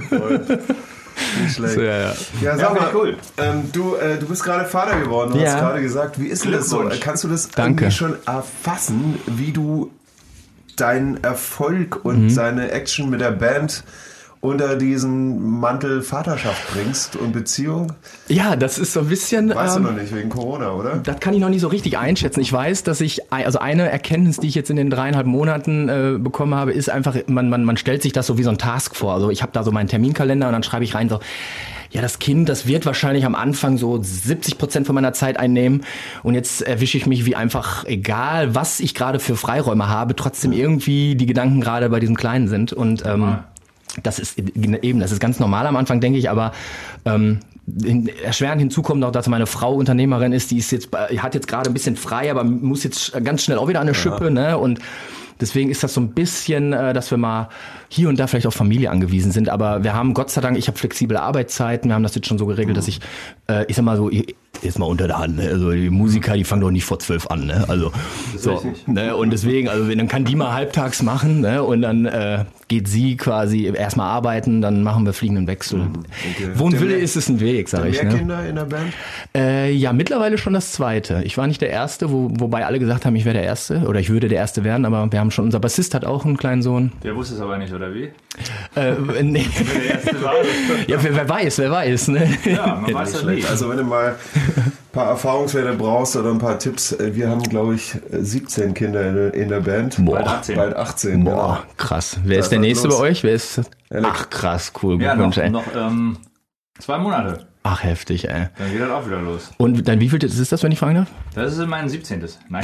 Nicht schlecht. So, ja, ja. ja, sag ja, mal, cool. ähm, du, äh, du bist gerade Vater geworden, du ja. hast gerade gesagt, wie ist denn das so? Kannst du das Danke. irgendwie schon erfassen, wie du deinen Erfolg und mhm. seine Action mit der Band unter diesen Mantel Vaterschaft bringst und Beziehung? Ja, das ist so ein bisschen... Weißt ähm, du noch nicht, wegen Corona, oder? Das kann ich noch nicht so richtig einschätzen. Ich weiß, dass ich, also eine Erkenntnis, die ich jetzt in den dreieinhalb Monaten äh, bekommen habe, ist einfach, man, man, man stellt sich das so wie so ein Task vor. Also ich habe da so meinen Terminkalender und dann schreibe ich rein so, ja, das Kind, das wird wahrscheinlich am Anfang so siebzig Prozent von meiner Zeit einnehmen. Und jetzt erwische ich mich, wie einfach, egal was ich gerade für Freiräume habe, trotzdem irgendwie die Gedanken gerade bei diesem Kleinen sind. Und ähm, das ist eben, das ist ganz normal am Anfang, denke ich, aber ähm, erschwerend hinzu kommt auch, dass meine Frau Unternehmerin ist, die ist jetzt, hat jetzt gerade ein bisschen frei, aber muss jetzt ganz schnell auch wieder an eine Schippe, ja. ne? Und deswegen ist das so ein bisschen, äh, dass wir mal hier und da vielleicht auf Familie angewiesen sind. Aber wir haben Gott sei Dank, ich habe flexible Arbeitszeiten. Wir haben das jetzt schon so geregelt, mhm. dass ich, äh, ich sag mal so, jetzt mal unter der Hand, ne? Also die Musiker, die fangen doch nicht vor zwölf an, ne? Also so, ne? Und deswegen, also dann kann die mal halbtags machen, ne? Und dann äh, geht sie quasi erstmal arbeiten, dann machen wir fliegenden Wechsel. Mhm. Okay. Wo ein Wille ist, ist ein Weg, sag ich. Mehr ne? Kinder in der Band? Äh, ja, mittlerweile schon das zweite. Ich war nicht der Erste, wo, wobei alle gesagt haben, ich wäre der Erste oder ich würde der Erste werden, aber wir haben schon, unser Bassist hat auch einen kleinen Sohn. Der wusste es aber nicht, oder wie? Äh, nee. Wer der Erste war. Ja, wer, wer weiß, wer weiß. Ne? Ja, man weiß das nicht. Also wenn du mal ein paar Erfahrungswerte brauchst oder ein paar Tipps, wir haben, glaube ich, siebzehn Kinder in, in der Band. Boah. Bald achtzehn. Bald achtzehn. Boah, genau. Krass. Wer das ist der Nächste los. Bei euch? Wer ist? Ach, krass, cool. Ja, noch, noch ähm, zwei Monate. Ach, heftig, ey. Dann geht das auch wieder los. Und dann wie viel ist das, wenn ich fragen darf? Das ist mein siebzehntes. Nein,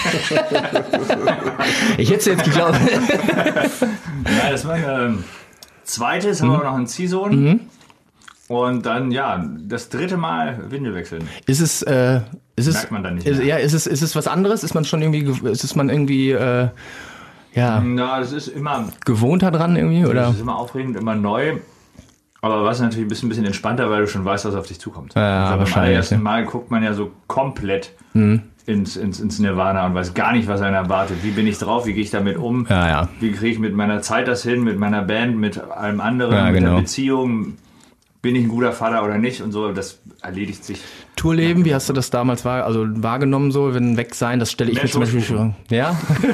ich hätte es jetzt geglaubt. Nein, das ist mein ähm, zweites, mhm. haben wir noch einen Ziehsohn. Mhm. Und dann, ja, das dritte Mal Windel wechseln. Ist es, äh, ist es, merkt man dann nicht ist, mehr. Ja, ist es, ist es was anderes? Ist man schon irgendwie, ist es man irgendwie, äh, ja, ja, das ist immer gewohnter dran irgendwie, oder? Das ist immer aufregend, immer neu. Aber was natürlich ein bisschen, ein bisschen entspannter, weil du schon weißt, was auf dich zukommt. Ja, also beim allerersten ja. Mal guckt man ja so komplett mhm. ins, ins, ins Nirvana und weiß gar nicht, was einen erwartet. Wie bin ich drauf? Wie gehe ich damit um? Ja, ja. Wie kriege ich mit meiner Zeit das hin, mit meiner Band, mit allem anderen, ja, mit genau. der Beziehung? Bin ich ein guter Vater oder nicht? Und so, das erledigt sich. Tourleben, wie hast du das damals wahr, also wahrgenommen so, wenn weg sein, das stelle ich mir zum Beispiel schon. Ja?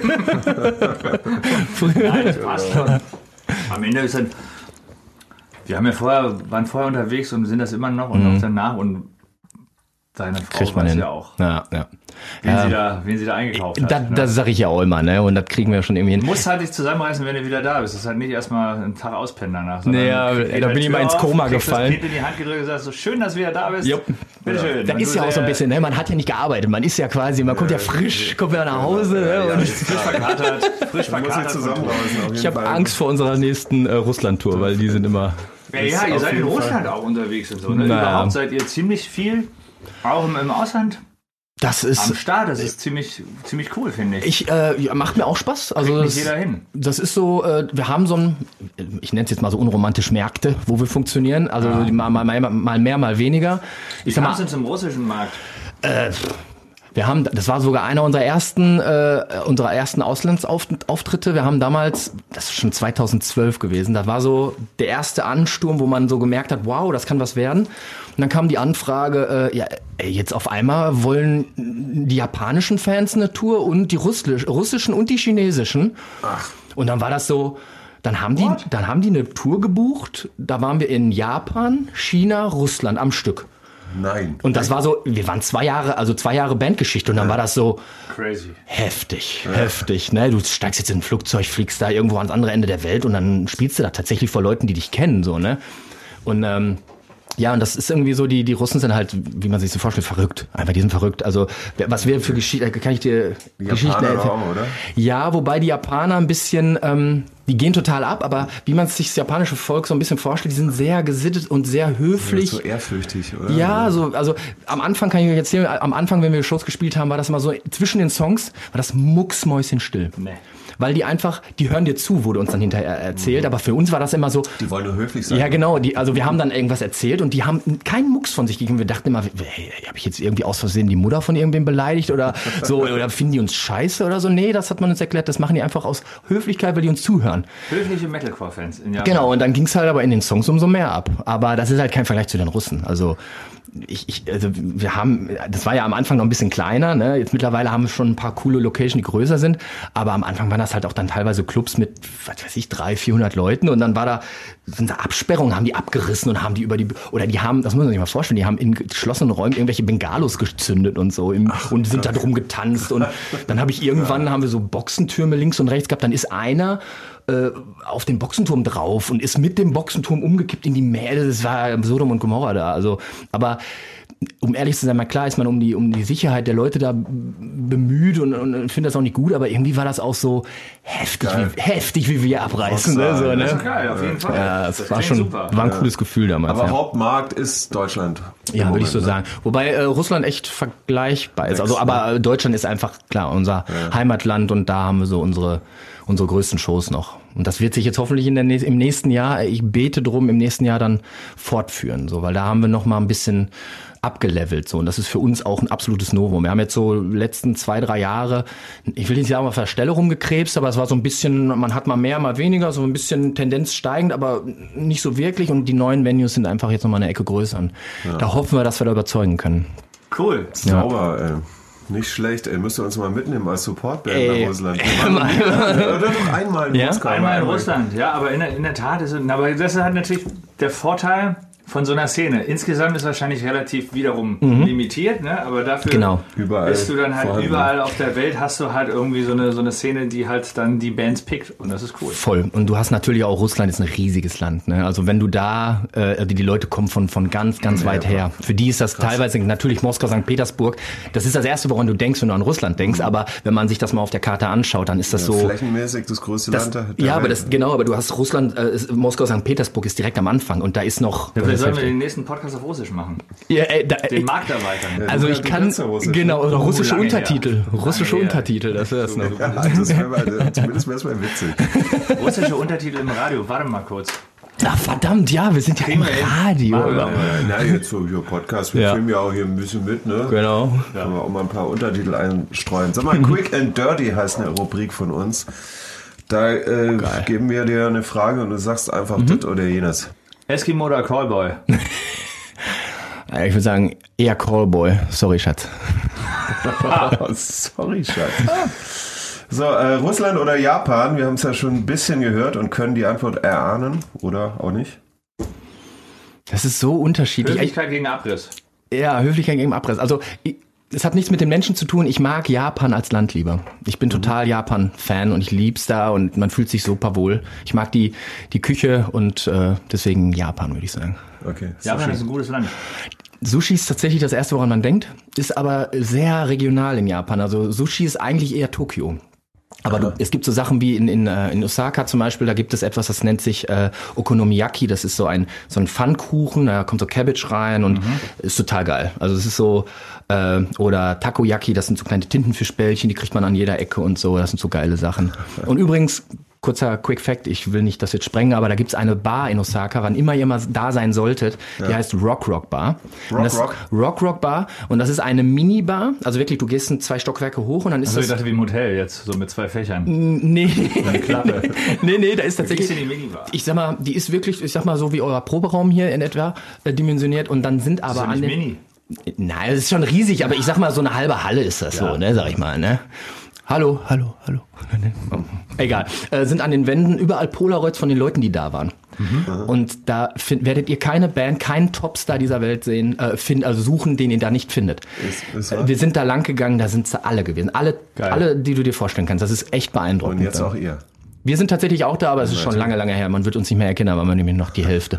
Nein, das passt schon. Am Ende ist dann, wir haben ja vorher, waren vorher unterwegs und sind das immer noch und mhm. auch danach und Deine Frau Kriegt man weiß hin. ja auch, Ja, ja. wen, Ja. sie da, wen sie da eingekauft hat. Da, ne? Das sage ich ja auch immer, ne? Und das kriegen wir schon irgendwie hin. Du musst halt dich zusammenreißen, wenn du wieder da bist. Das ist halt nicht erstmal einen Tag auspennen danach. sondern Naja, geht da halt bin ich Tür mal ins auf, Koma kriegst gefallen. Das Kind in die Hand gedrückt und sagst so, schön, dass du wieder da bist. Jupp. Bitteschön. Das Und ist du ja auch so ein sehr- bisschen, ne? Man hat ja nicht gearbeitet, man ist ja quasi, man kommt ja frisch, kommt ja nach Hause. Ne? Und frisch verkatert. Frisch Man muss sich verkatert. zusammenreißen. auf jeden ich habe Fall. Angst vor unserer nächsten äh, Russland-Tour, weil die sind immer... Ja, ja, ihr auf seid in jeden Fall. Russland auch unterwegs und so. Ne? Naja. Überhaupt seid ihr ziemlich viel, auch im, im Ausland, Das am ist... Start. Das ist ziemlich, ziemlich cool, finde ich. Ich, äh, ja, macht mir auch Spaß. Also Kriegt das, nicht jeder hin. das ist so, äh, wir haben so ein, ich nenne es jetzt mal so unromantisch Märkte, wo wir funktionieren. Also mal, mal, mal, mal mehr, mal weniger. Ich Wie sag kamst mal, du zum russischen Markt? wir haben, das war sogar einer unserer ersten, äh, unserer ersten Auslandsauftritte. Wir haben damals, das ist schon zweitausendzwölf gewesen, da war so der erste Ansturm, wo man so gemerkt hat, wow, das kann was werden. Und dann kam die Anfrage, äh, ja, ey, jetzt auf einmal wollen die japanischen Fans eine Tour und die Russisch, russischen und die chinesischen. Ach. Und dann war das so, dann haben die, What? dann haben die eine Tour gebucht. Da waren wir in Japan, China, Russland am Stück. Nein. Und das war so, wir waren zwei Jahre, also zwei Jahre Bandgeschichte und dann war das so Crazy. heftig, heftig, ne? Du steigst jetzt in ein Flugzeug, fliegst da irgendwo ans andere Ende der Welt und dann spielst du da tatsächlich vor Leuten, die dich kennen, so, ne? Und, ähm, ja, und das ist irgendwie so, die, die Russen sind halt, wie man sich so vorstellt, verrückt. Einfach, die sind verrückt. Also, was wir für Geschichten, kann ich dir Die Geschichten Japaner erzählen? auch, oder? Ja, wobei die Japaner ein bisschen, ähm, die gehen total ab, aber wie man sich das japanische Volk so ein bisschen vorstellt, die sind sehr gesittet und sehr höflich. So ehrfürchtig, oder? Ja, so, also am Anfang kann ich euch erzählen, am Anfang, wenn wir Shows gespielt haben, war das immer so, zwischen den Songs war das mucksmäuschenstill. Nee. Weil die einfach, die hören dir zu, wurde uns dann hinterher erzählt, aber für uns war das immer so, Die wollen nur höflich sein. ja, genau. Die, also wir haben dann irgendwas erzählt und die haben keinen Mucks von sich gegeben. Wir dachten immer, hey, habe ich jetzt irgendwie aus Versehen die Mutter von irgendwem beleidigt oder so, oder finden die uns scheiße oder so? Nee, das hat man uns erklärt. Das machen die einfach aus Höflichkeit, weil die uns zuhören. Höfliche Metalcore-Fans in Japan. Genau. Und dann ging's halt aber in den Songs umso mehr ab. Aber das ist halt kein Vergleich zu den Russen. Also ich, ich, also wir haben, das war ja am Anfang noch ein bisschen kleiner, ne? Jetzt mittlerweile haben wir schon ein paar coole Locations, die größer sind. Aber am Anfang waren das halt auch dann teilweise Clubs mit, was weiß ich, dreihundert, vierhundert Leuten. Und dann war da, sind da Absperrungen, haben die abgerissen und haben die über die, oder die haben, das muss man sich mal vorstellen, die haben in geschlossenen Räumen irgendwelche Bengalos gezündet und so im, Ach, und sind da drum getanzt. Und dann habe ich irgendwann, haben wir so Boxentürme links und rechts gehabt. Dann ist einer äh, auf den Boxenturm drauf und ist mit dem Boxenturm umgekippt in die Meere. Das war Sodom und Gomorra da. Also, aber um ehrlich zu sein, mal klar ist man um die, um die Sicherheit der Leute da bemüht und, und finde das auch nicht gut, aber irgendwie war das auch so heftig, wie, heftig, wie wir abreißen. Ne? So, Das ne? ist geil, auf jeden Fall. Ja, das, das war klingt schon, super. war ein cooles Gefühl damals. Aber ja. Hauptmarkt ist Deutschland. Ja, würde ich so ne? sagen. Wobei äh, Russland echt vergleichbar ist. Also, aber äh, Deutschland ist einfach klar unser ja. Heimatland und da haben wir so unsere unsere größten Shows noch. Und das wird sich jetzt hoffentlich in der, im nächsten Jahr, ich bete drum, im nächsten Jahr dann fortführen, so, weil da haben wir noch mal ein bisschen abgelevelt, so. Und das ist für uns auch ein absolutes Novum. Wir haben jetzt so letzten zwei, drei Jahre, ich will nicht sagen, auf der Stelle rumgekrebst, aber es war so ein bisschen, man hat mal mehr, mal weniger, so ein bisschen Tendenz steigend, aber nicht so wirklich. Und die neuen Venues sind einfach jetzt noch mal eine Ecke größer. Und ja. da hoffen wir, dass wir da überzeugen können. Cool. Sauber, ey. Nicht schlecht, ey. Müsst ihr uns mal mitnehmen als Supportband nach Russland. Ähm, Oder doch einmal in Ja? Moskau. Einmal in Russland, ja, aber in der, in der Tat ist es, aber das ist halt natürlich der Vorteil von so einer Szene. Insgesamt ist wahrscheinlich relativ wiederum mhm. limitiert, ne? Aber dafür genau. überall bist du dann halt vorhanden. Überall auf der Welt hast du halt irgendwie so eine, so eine Szene, die halt dann die Bands pickt und das ist cool. Voll. Und du hast natürlich auch, Russland ist ein riesiges Land, ne? Also wenn du da, äh, die Leute kommen von, von ganz, ganz ja, weit ja, her. Für die ist das krass. Teilweise natürlich Moskau, Sankt Petersburg. Das ist das Erste, woran du denkst, wenn du an Russland denkst. Mhm. Aber wenn man sich das mal auf der Karte anschaut, dann ist das ja, so... flächenmäßig das größte das, Land der Ja, aber Welt. das, genau, aber du hast Russland, äh, Moskau, Sankt Petersburg ist direkt am Anfang und da ist noch... Ja, vielleicht sollen wir den nächsten Podcast auf Russisch machen. Ja, äh, da, den Markt erweitern. Also ich kann, genau, oder russische Oh, Untertitel. Her. Russische Lange Untertitel, das wäre es noch. Ja, das wär mal, zumindest wäre es mal witzig. Russische Untertitel im Radio, warte mal kurz. Ach verdammt, ja, wir sind ja im Radio. Machen Na, jetzt so hier Podcast, wir Ja. filmen ja auch hier ein bisschen mit, ne? Genau. Da können wir auch mal ein paar Untertitel einstreuen. Sag mal, Quick and Dirty heißt eine Rubrik von uns. Da äh, geben wir dir eine Frage und du sagst einfach Mhm. das oder jenes. Eskimo oder Callboy? Ich würde sagen, eher Callboy. Sorry, Schatz. Sorry, Schatz. So, äh, Russland oder Japan? Wir haben es ja schon ein bisschen gehört und können die Antwort erahnen oder auch nicht. Das ist so unterschiedlich. Höflichkeit gegen Abriss. Ja, Höflichkeit gegen Abriss. Also ich, es hat nichts mit den Menschen zu tun. Ich mag Japan als Land lieber. Ich bin total Japan-Fan und ich lieb's da und man fühlt sich super wohl. Ich mag die, die Küche und äh, deswegen Japan, würde ich sagen. Okay. Japan ist ein gutes Land. Sushi ist tatsächlich das Erste, woran man denkt, ist aber sehr regional in Japan. Also Sushi ist eigentlich eher Tokio. Aber du, es gibt so Sachen wie in, in, in Osaka zum Beispiel, da gibt es etwas, das nennt sich äh, Okonomiyaki. Das ist so ein so ein Pfannkuchen, da kommt so Cabbage rein und mhm. ist total geil. Also es ist so, äh, oder Takoyaki, das sind so kleine Tintenfischbällchen, die kriegt man an jeder Ecke und so. Das sind so geile Sachen. Und übrigens, kurzer Quick Fact, ich will nicht das jetzt sprengen, aber da gibt's eine Bar in Osaka, wann immer ihr mal da sein solltet, die ja. heißt Rock Rock Bar. Rock Rock? Rock Rock Bar. Und das ist eine Minibar, also wirklich, du gehst zwei Stockwerke hoch und dann ist also das... ich dachte wie im Hotel jetzt, so mit zwei Fächern. Nee. Eine Klappe. nee, nee, da ist tatsächlich... Da gehst du in die Minibar. Ich sag mal, die ist wirklich, ich sag mal, so wie euer Proberaum hier in etwa äh, dimensioniert und dann sind aber das ist ja an nicht den... Mini. Nein, das ist schon riesig, aber ich sag mal, so eine halbe Halle ist das ja. so, ne, sag ich mal, ne? Hallo, hallo, hallo. Egal. Äh, sind an den Wänden überall Polaroids von den Leuten, die da waren. Mhm. Und da find, werdet ihr keine Band, keinen Topstar dieser Welt sehen, äh, find, also suchen, den ihr da nicht findet. Ist, ist wir sind da lang gegangen, da sind sie alle gewesen. Alle, alle, die du dir vorstellen kannst. Das ist echt beeindruckend. Und jetzt auch ihr. Wir sind tatsächlich auch da, aber es ist schon lange, lange her. Man wird uns nicht mehr erkennen, aber man nämlich noch die Hälfte.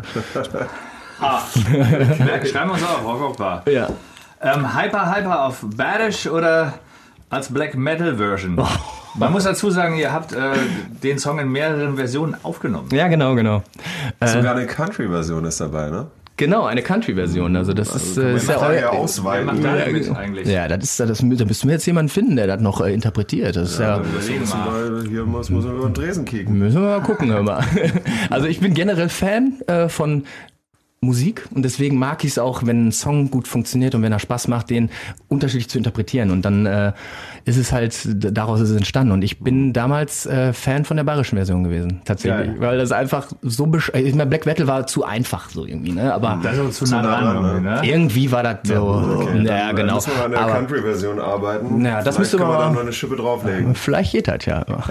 ah. Schreiben wir uns auf, Rock Rock Bar. Ja. Ähm, Hyper Hyper auf Badisch oder als Black Metal Version? Oh. Man muss dazu sagen, ihr habt äh, den Song in mehreren Versionen aufgenommen. Ja, genau, genau. Sogar eine Country-Version ist dabei, ne? Genau, eine Country-Version. Also das also ist, äh, ist ja euer. Ja ausweiten. Wer macht da mit eigentlich? Ja, das ist, das, da müssen wir jetzt jemanden finden, der das noch äh, interpretiert. Das ist ja. ja mal, hier muss man über den Dresen kicken. Müssen wir mal gucken, hör mal. Also ich bin generell Fan äh, von Musik und deswegen mag ich es auch, wenn ein Song gut funktioniert und wenn er Spaß macht, den unterschiedlich zu interpretieren und dann äh, ist es halt, daraus ist es entstanden und ich bin damals äh, Fan von der bayerischen Version gewesen, tatsächlich, ja, weil das einfach so, besch- ich meine, Black Metal war zu einfach so irgendwie, ne, aber das ist zu nah dran, ne? Irgendwie war das so, ja, okay, ja, dann, genau. Dann müssen wir an der Country-Version arbeiten. Ja, das müsste man man dann noch eine Schippe drauflegen. Vielleicht geht das, ja. ja.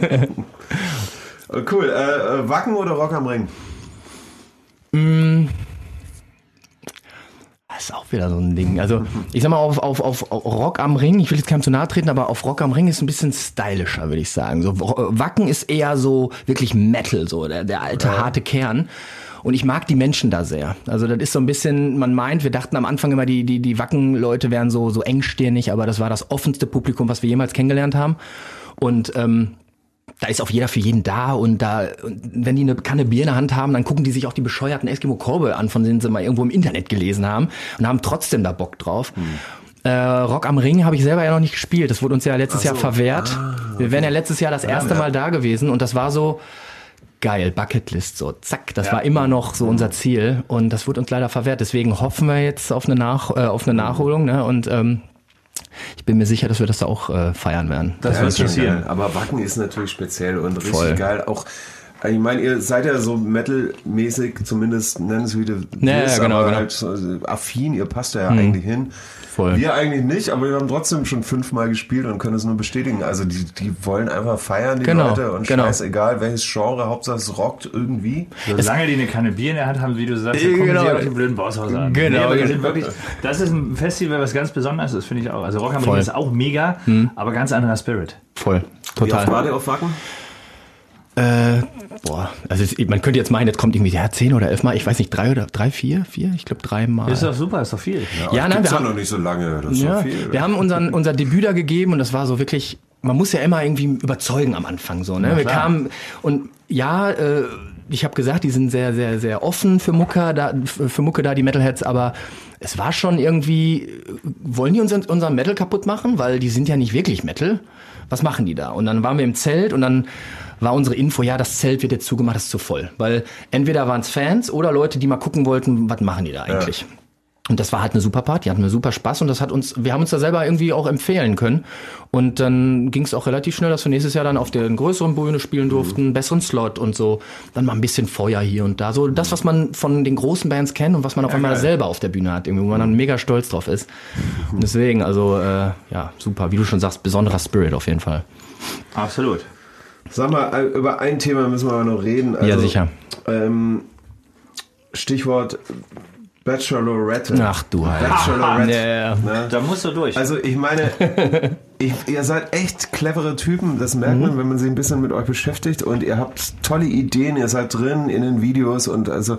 Cool, äh, Wacken oder Rock am Ring? Das ist auch wieder so ein Ding. Also ich sag mal, auf, auf, auf Rock am Ring, ich will jetzt keinem zu nahe treten, aber auf Rock am Ring ist ein bisschen stylischer, würde ich sagen. So, Wacken ist eher so wirklich Metal, so der, der alte, ja. harte Kern. Und ich mag die Menschen da sehr. Also das ist so ein bisschen, man meint, wir dachten am Anfang immer, die, die, die Wacken-Leute wären so, so engstirnig, aber das war das offenste Publikum, was wir jemals kennengelernt haben. Und ähm, da ist auch jeder für jeden da und da, wenn die eine Kanne Bier in der Hand haben, dann gucken die sich auch die bescheuerten Eskimo-Cowboy an, von denen sie mal irgendwo im Internet gelesen haben und haben trotzdem da Bock drauf. Hm. Äh, Rock am Ring habe ich selber ja noch nicht gespielt. Das wurde uns ja letztes so. Jahr verwehrt. Ah, okay. Wir wären ja letztes Jahr das erste ja, Mal da gewesen und das war so geil, Bucketlist, so zack. Das ja. war immer noch so unser Ziel und das wurde uns leider verwehrt. Deswegen hoffen wir jetzt auf eine, Nach- äh, auf eine Nachholung, ne? Und ähm, ich bin mir sicher, dass wir das da auch äh, feiern werden. Das ja, wird passieren. Aber Wacken ist natürlich speziell und richtig Voll. geil. Auch, ich meine, ihr seid ja so metal-mäßig, zumindest nennen es wieder ja, ja, genau, aber genau. halt so affin, ihr passt ja hm. eigentlich hin. Voll. Wir eigentlich nicht, aber wir haben trotzdem schon fünfmal gespielt und können es nur bestätigen. Also die, die wollen einfach feiern, die genau, Leute, und genau. scheißegal welches Genre, Hauptsache es rockt irgendwie. Solange die eine Kanne Bier in der Hand haben, wie du sagst, dann kommen genau. sie auf die blöden Baushäuser an. Genau. Nee, sind wirklich, das ist ein Festival, was ganz Besonderes ist, finde ich auch. Also Rock am Ring ist auch mega, hm. aber ganz anderer Spirit. Voll, total. Wie oft war der auf Wacken? Äh, boah, also man könnte jetzt meinen, jetzt kommt irgendwie ja, zehn oder elf Mal, ich weiß nicht, drei oder drei, vier, vier, ich glaube drei Mal. Ist doch super, ist doch viel. Ja, ja nein, wir haben noch nicht so lange, das ist ja, doch viel. Wir haben unseren, unser Debüt da gegeben und das war so wirklich, man muss ja immer irgendwie überzeugen am Anfang so, ne? Ja, wir kamen und ja, äh, ich habe gesagt, die sind sehr, sehr, sehr offen für Mucke, da, für Mucke da, die Metalheads, aber es war schon irgendwie, wollen die uns unseren Metal kaputt machen? Weil die sind ja nicht wirklich Metal. Was machen die da? Und dann waren wir im Zelt und dann war unsere Info, ja, das Zelt wird jetzt zugemacht, das ist zu voll. Weil entweder waren es Fans oder Leute, die mal gucken wollten, was machen die da eigentlich? Ja. Und das war halt eine super Party, hatten wir super Spaß und das hat uns, wir haben uns da selber irgendwie auch empfehlen können. Und dann ging es auch relativ schnell, dass wir nächstes Jahr dann auf der größeren Bühne spielen durften, einen besseren Slot und so. Dann mal ein bisschen Feuer hier und da. So das, was man von den großen Bands kennt und was man auf ja, einmal geil. selber auf der Bühne hat, irgendwie, wo man dann mega stolz drauf ist. Und deswegen, also äh, ja, super, wie du schon sagst, besonderer Spirit auf jeden Fall. Absolut. Sag mal, über ein Thema müssen wir aber noch reden. Also, ja, sicher. Ähm, Stichwort Bachelorette. Ach du Heilige. Bachelorette. Ja. Ne? Da musst du durch. Also ich meine, ich, ihr seid echt clevere Typen, das merkt man, wenn man sich ein bisschen mit euch beschäftigt und ihr habt tolle Ideen, ihr seid drin in den Videos und also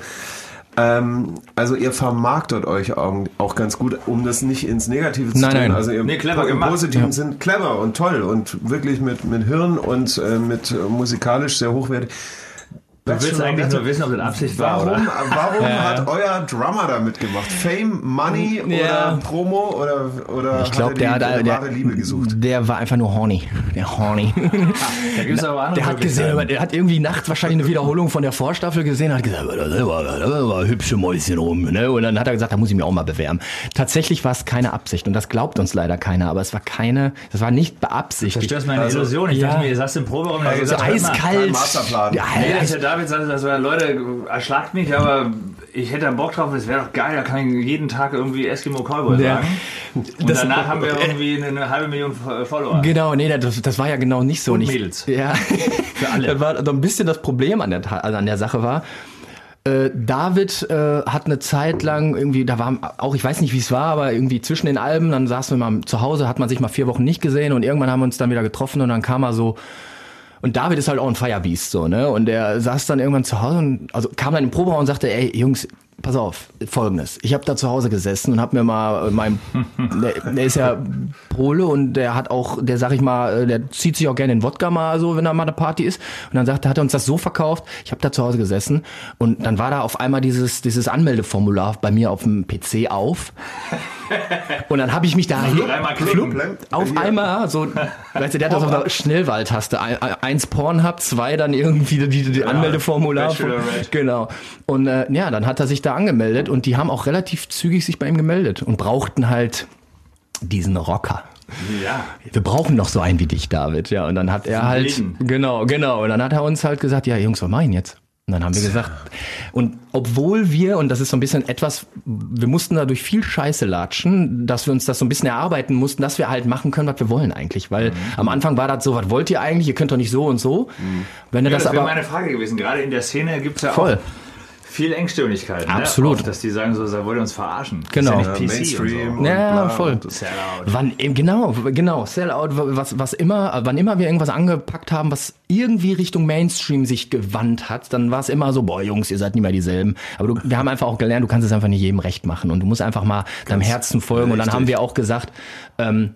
ähm, also ihr vermarktet euch auch, auch ganz gut, um das nicht ins Negative zu nein, tun. Nein. Also ihr Nee, clever im gemacht. Positiven Ja. sind clever und toll und wirklich mit, mit Hirn und äh, mit äh, musikalisch sehr hochwertig. Du willst eigentlich nur wissen, ob das Absicht war, Warum, oder? warum hat euer Drummer da mitgemacht? Fame, Money oder Ja. Promo oder, oder Ich glaube, der hat hat er die der, wahre Liebe gesucht? der war einfach nur horny. Der horny. Da gibt es aber andere Der hat gesehen, Möglichkeiten. der hat irgendwie nachts wahrscheinlich eine Wiederholung von der Vorstaffel gesehen, hat gesagt, da war, da war hübsche Mäuschen rum, ne? Und dann hat er gesagt, da muss ich mich auch mal bewerben. Tatsächlich war es keine Absicht und das glaubt uns leider keiner, aber es war keine, das war nicht beabsichtigt. Zerstörst meine Also, Illusion. Ich ja. dachte mir, ihr saßt im Proberaum und Also gesagt, so hört mal, eiskalt. kein Masterplan. Ja, Nee, ja, dass der David sagte, das war, Leute, erschlagt mich, aber ich hätte da Bock drauf, das wäre doch geil, da kann ich jeden Tag irgendwie Eskimo Cowboy Ja. sagen. Und Das- danach haben wir irgendwie eine, eine halbe Million Follower. Genau, nee, das, das war ja genau nicht so. Und nicht, Mädels. Ja, für alle. Das war so ein bisschen das Problem an der, Ta- also an der Sache war, äh, David äh, hat eine Zeit lang irgendwie, da war auch, ich weiß nicht, wie es war, aber irgendwie zwischen den Alben, dann saßen wir mal zu Hause, hat man sich mal vier Wochen nicht gesehen und irgendwann haben wir uns dann wieder getroffen und dann kam er so, und David ist halt auch ein Firebeast, so, ne? Und der saß dann irgendwann zu Hause und also kam dann im Proberaum und sagte, ey, Jungs, pass auf, Folgendes. Ich habe da zu Hause gesessen und habe mir mal mein, der, der ist ja Pole und der hat auch, der sag ich mal, der zieht sich auch gerne in Wodka mal so, wenn da mal eine Party ist. Und dann sagt, hat er uns das so verkauft. Ich habe da zu Hause gesessen und dann war da auf einmal dieses dieses Anmeldeformular bei mir auf dem P C auf. Und dann habe ich mich da hin, Dreimal klicken. auf einmal so, weißt du, der hat das auf einer Schnellwahltaste. Ein- Eins Pornhub, zwei dann irgendwie die, die Anmeldeformular. Von, Bachelorette. genau. Und äh, ja, dann hat er sich da angemeldet und die haben auch relativ zügig sich bei ihm gemeldet und brauchten halt diesen Rocker. Ja. Wir brauchen noch so einen wie dich, David. Ja, und dann hat er halt, Leben. genau, genau. Und dann hat er uns halt gesagt, ja, Jungs, was machen jetzt? Und dann haben wir gesagt, und obwohl wir, und das ist so ein bisschen etwas, wir mussten da durch viel Scheiße latschen, dass wir uns das so ein bisschen erarbeiten mussten, dass wir halt machen können, was wir wollen eigentlich. Weil mhm. am Anfang war das so, was wollt ihr eigentlich? Ihr könnt doch nicht so und so. Mhm. Wenn ihr Ja, das, das wäre aber meine Frage gewesen. Gerade in der Szene gibt es ja voll. auch viel Engstirnigkeit. Absolut. Ne? Oft, dass die sagen so, da wollt ihr uns verarschen. Genau. Das ist ja nicht P C Mainstream und und Ja, bla voll. und das- so. Sellout. Wann, eben, genau, genau, Sellout, was, was immer, wann immer wir irgendwas angepackt haben, was irgendwie Richtung Mainstream sich gewandt hat, dann war es immer so, boah, Jungs, ihr seid nie mehr dieselben. Aber du, wir haben einfach auch gelernt, du kannst es einfach nicht jedem recht machen und du musst einfach mal deinem Herzen folgen. Und dann richtig. haben wir auch gesagt, ähm,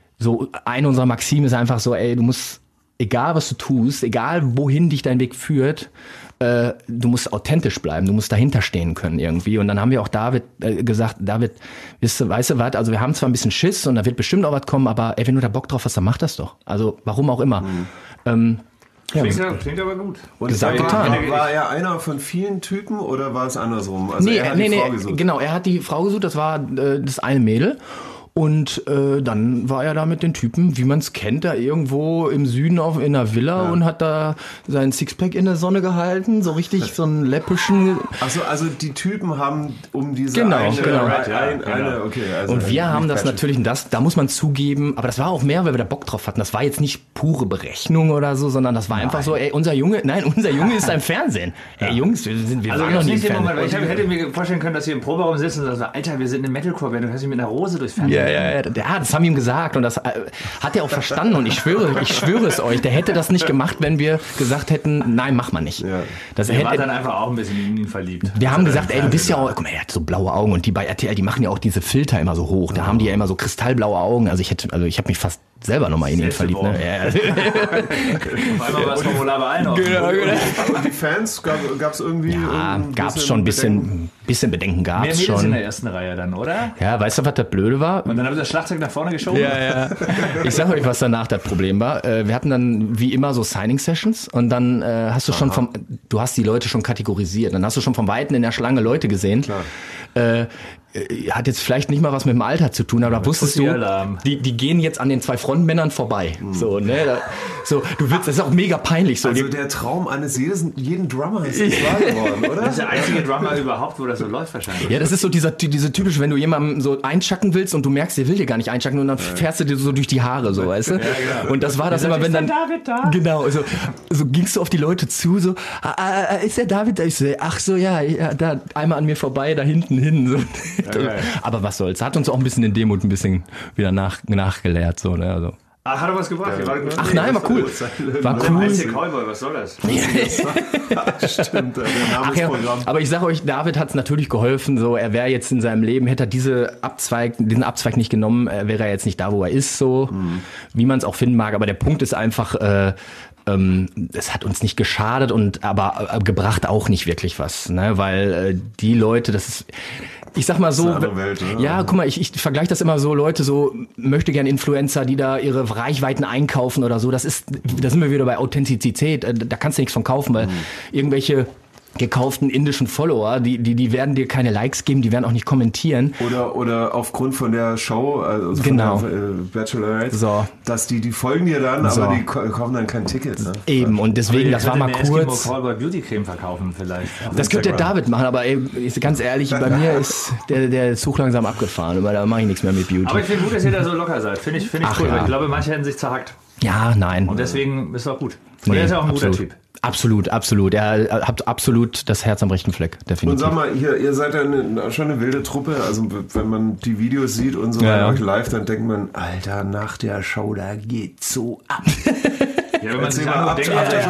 so eine unserer Maximen ist einfach so, ey, du musst, egal was du tust, egal wohin dich dein Weg führt, äh, du musst authentisch bleiben, du musst dahinter stehen können irgendwie. Und dann haben wir auch David äh, gesagt, David, weißt du, weißt du was, also wir haben zwar ein bisschen Schiss und da wird bestimmt auch was kommen, aber ey, wenn du da Bock drauf hast, dann mach das doch. Also warum auch immer. Mhm. Ähm, ja, Klingt, ja, klingt aber gut. Und Gesagt, war, getan. war, war er einer von vielen Typen oder war es andersrum? Also nee, er hat nee, die nee, Frau gesucht. genau, er hat die Frau gesucht, das war äh, das eine Mädel. Und äh, dann war er da mit den Typen, wie man es kennt, da irgendwo im Süden auf in einer Villa Ja. und hat da seinen Sixpack in der Sonne gehalten, so richtig so einen läppischen. Achso, also die Typen haben um diese Genau, eine, genau. Ein, Ja, ein, genau. eine, okay. Also Und wir haben das Passion. natürlich, und das, da muss man zugeben, aber das war auch mehr, weil wir da Bock drauf hatten. Das war jetzt nicht pure Berechnung oder so, sondern das war einfach so, ey, unser Junge, nein, unser Junge ist im Fernsehen. Ey, Jungs, wir sind, wir Also waren noch noch nie im nicht den Fernsehen. Moment, weil ich hab- hätte mir vorstellen können, dass ihr im Proberaum sitzt und sagt, Alter, wir sind eine Metalcore-Band, du hörst dich mit einer Rose durchs Fernsehen. Ja, ja, ja, ja, das haben wir ihm gesagt und das äh, hat er auch verstanden und ich schwöre, ich schwöre es euch, der hätte das nicht gemacht, wenn wir gesagt hätten, nein, mach mal nicht. Ja. Das Ihr wart hätte, dann einfach auch ein bisschen in ihn verliebt. wir haben gesagt, ey, du bist ja auch, guck mal, er hat so blaue Augen und die bei R T L, die machen ja auch diese Filter immer so hoch, da haben die ja immer so kristallblaue Augen, also ich hätte, also ich habe mich fast selber nochmal in ihn Selbst verliebt. Ne? beworben. Ja. Auf einmal war das Formular bei allen offen. Genau, genau. Und die Fans, gab es irgendwie. Ja, ein gab's schon ein bisschen, bisschen Bedenken Mehr gab's Mädels in schon. der ersten Reihe dann, oder? Ja, weißt du, was das Blöde war? Und dann habt ihr das Schlagzeug nach vorne geschoben? Ja, ja. Ich sag euch, was danach das Problem war. Äh, Wir hatten dann wie immer so Signing-Sessions und dann äh, hast du schon vom, du hast die Leute schon kategorisiert. Dann hast du schon vom Weiten in der Schlange Leute gesehen. Äh, hat jetzt vielleicht nicht mal was mit dem Alter zu tun, aber da wusstest du, die, die gehen jetzt an den zwei Frontmännern vorbei. Mhm. So, ne? Da, so, du willst, das ist auch mega peinlich. So. Also der Traum eines jedes, jeden Drummer ist jetzt wahr geworden, oder? Das ist der einzige Drummer überhaupt, wo das so läuft wahrscheinlich. Ja, das ist so dieser, diese typische, wenn du jemandem so einschacken willst und du merkst, der will dir gar nicht einschacken und dann fährst du dir so durch die Haare, so, weißt du? Ja, genau. Und das war das immer, wenn dann... David da? Genau, so, so gingst du auf die Leute zu, so, ah, ah, ist der David da? Ich so, ach so, ja, ja, da, einmal an mir vorbei, da hinten hin. So. Ja, aber was soll's, hat uns auch ein bisschen in Demut ein bisschen wieder nach, nachgelehrt, so, ne, also. Ach, hat er was gebracht? Ja, Ach nein, war cool. War cool. Einzige Cowboy, was soll das? Stimmt, der Ach ja, aber ich sage euch, David hat es natürlich geholfen. So, er wäre jetzt in seinem Leben, hätte er diese Abzweig, diesen Abzweig nicht genommen, wäre er jetzt nicht da, wo er ist, so mhm. wie man es auch finden mag. Aber der Punkt ist einfach, äh, ähm, es hat uns nicht geschadet und aber äh, gebracht auch nicht wirklich was, ne? Weil äh, die Leute, das ist ich sag mal so, Welt, ja, guck mal, ich, ich vergleiche das immer so, Leute so, möchte gern Influencer, die da ihre Reichweiten einkaufen oder so, das ist, da sind wir wieder bei Authentizität, da kannst du nichts von kaufen, weil mhm. irgendwelche gekauften indischen Follower, die, die, die werden dir keine Likes geben, die werden auch nicht kommentieren. Oder, oder aufgrund von der Show, also genau. von der äh, Bachelorette, so. dass die, die folgen dir dann, so. aber die kaufen dann kein Ticket. Ne? Eben, und deswegen, das war mal kurz. Eskimo Callboy Beauty Creme verkaufen vielleicht. Das könnte der David machen, aber ey, ganz ehrlich, bei mir ist der, der Zug langsam abgefahren, weil da mache ich nichts mehr mit Beauty. Aber ich finde gut, dass ihr da so locker seid. Finde ich, find ich Ach, cool, ja. weil ich glaube, manche hätten sich zerhackt. Ja, nein. Und deswegen ist es auch gut. Und nee, er ist ja auch ein absolut. guter Typ. Absolut, absolut. Er hat absolut das Herz am rechten Fleck, definitiv. Und sag mal, ihr, ihr seid ja eine, schon eine wilde Truppe. Also wenn man die Videos sieht und so ja, ja. live, dann denkt man, Alter, nach der Show, da geht so ab. Ja, wenn man sich mal denkt, ja, ja,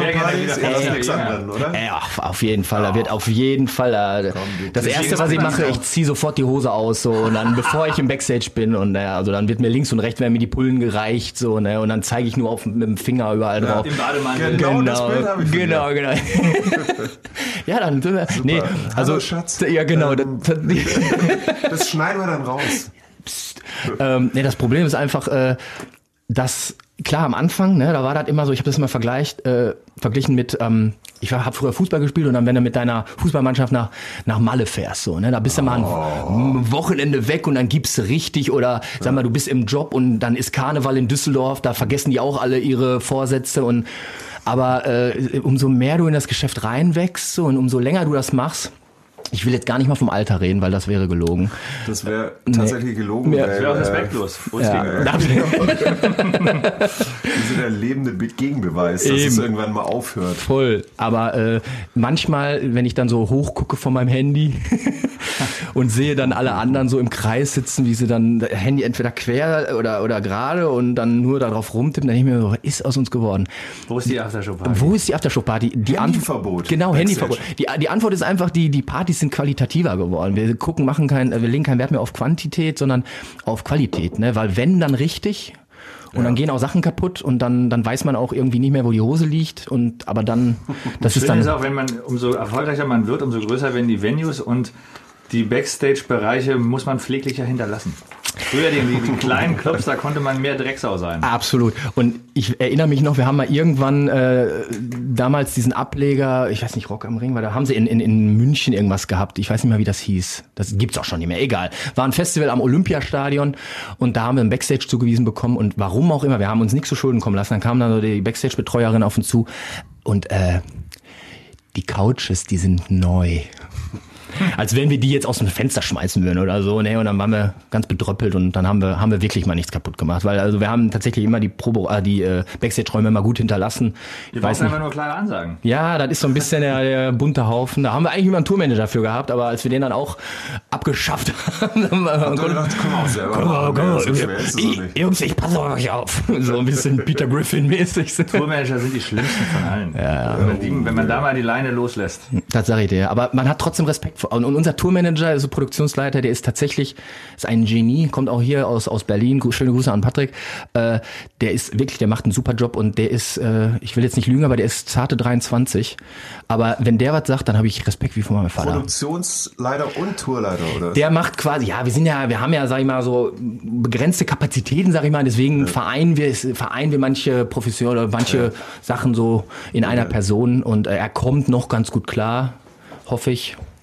oder? Ja, auf jeden Fall. Da wird auf jeden Fall. Da, das erste, was ich mache, ich ziehe sofort die Hose aus, so und dann, bevor ich im Backstage bin, und ja, also dann wird mir links und rechts werden mir die Pullen gereicht, so ne, und dann zeige ich nur auf mit dem Finger überall drauf. Ja, im Bademantel. Genau, genau, das Bild habe ich genau, genau. Ja, dann sind wir. Nee, also Hallo, Schatz. Ja, genau. Ähm, das, das schneiden wir dann raus. Psst. Ähm, nee, das Problem ist einfach, äh, dass klar, am Anfang, ne, da war das immer so, ich habe das immer vergleicht, äh, verglichen mit, ähm, ich habe früher Fußball gespielt und dann, wenn du mit deiner Fußballmannschaft nach, nach Malle fährst, so, ne, da bist du mal ein oh. Wochenende weg und dann gibt's richtig, oder sag mal, du bist im Job und dann ist Karneval in Düsseldorf, da vergessen die auch alle ihre Vorsätze und, aber äh, umso mehr du in das Geschäft reinwächst so, und umso länger du das machst, ich will jetzt gar nicht mal vom Alter reden, weil das wäre gelogen. Das wäre tatsächlich nee. gelogen. Ja. Das wäre auch respektlos. Äh, ja. Wir sind der lebende Gegenbeweis, dass Eben. es irgendwann mal aufhört. Voll. Aber äh, manchmal, wenn ich dann so hochgucke von meinem Handy und sehe dann alle anderen so im Kreis sitzen, wie sie dann das Handy entweder quer oder, oder gerade und dann nur darauf rumtippen, dann denke ich mir so, was ist aus uns geworden? Wo ist die Aftershow-Party? Wo ist die Aftershow-Party? Die Handyverbot. Ant- genau, Handyverbot. Die, die Antwort ist einfach, die, die Partys sind qualitativer geworden. Wir gucken, machen kein, wir legen keinen Wert mehr auf Quantität, sondern auf Qualität, ne? Weil wenn, dann richtig. Und ja. dann gehen auch Sachen kaputt und dann, dann weiß man auch irgendwie nicht mehr, wo die Hose liegt. Und aber dann, das Schön ist dann. ist auch, wenn man umso erfolgreicher man wird, umso größer werden die Venues und die Backstage-Bereiche muss man pfleglicher hinterlassen. Früher die, die, die kleinen Clubs, da konnte man mehr Drecksau sein. Absolut. Und ich erinnere mich noch, wir haben mal irgendwann äh, damals diesen Ableger, ich weiß nicht, Rock am Ring, weil da haben sie in, in, in München irgendwas gehabt. Ich weiß nicht mehr, wie das hieß. Das gibt's auch schon nicht mehr. Egal. War ein Festival am Olympiastadion und da haben wir ein Backstage zugewiesen bekommen und warum auch immer, wir haben uns nichts zu Schulden kommen lassen. Dann kam dann so die Backstage-Betreuerin auf uns zu und äh, die Couches, die sind neu. Als wenn wir die jetzt aus dem Fenster schmeißen würden oder so, ne? Und dann waren wir ganz bedröppelt und dann haben wir haben wir wirklich mal nichts kaputt gemacht, weil also wir haben tatsächlich immer die Probe, äh, die äh, Backstage-Räume immer gut hinterlassen. Wir brauchen einfach nur klare Ansagen. Ja, das ist so ein bisschen der, der bunte Haufen. Da haben wir eigentlich immer einen Tourmanager dafür gehabt, aber als wir den dann auch abgeschafft haben, dann haben wir gedacht, komm auch selber. Komm, komm, komm, so schwer ist es ich, nicht. Jungs, ich passe auf euch auf. So ein bisschen Peter Griffin-mäßig. Tourmanager sind die schlimmsten von allen. Ja, wenn, man die, wenn man da mal die Leine loslässt. Das sage ich dir. Aber man hat trotzdem Respekt vor. Und unser Tourmanager, also Produktionsleiter, der ist tatsächlich ist ein Genie, kommt auch hier aus aus Berlin. Schöne Grüße an Patrick. Äh, der ist wirklich, der macht einen super Job und der ist, äh, ich will jetzt nicht lügen, aber der ist zarte dreiundzwanzig. Aber wenn der was sagt, dann habe ich Respekt wie von meinem Vater. Produktionsleiter und Tourleiter, oder? Der macht quasi, ja, wir sind ja, wir haben ja, sag ich mal, so begrenzte Kapazitäten, sag ich mal. Deswegen ja. vereinen wir, vereinen wir manche Professionen oder manche ja. Sachen so in einer ja. Person und äh, er kommt noch ganz gut klar, hoffe ich.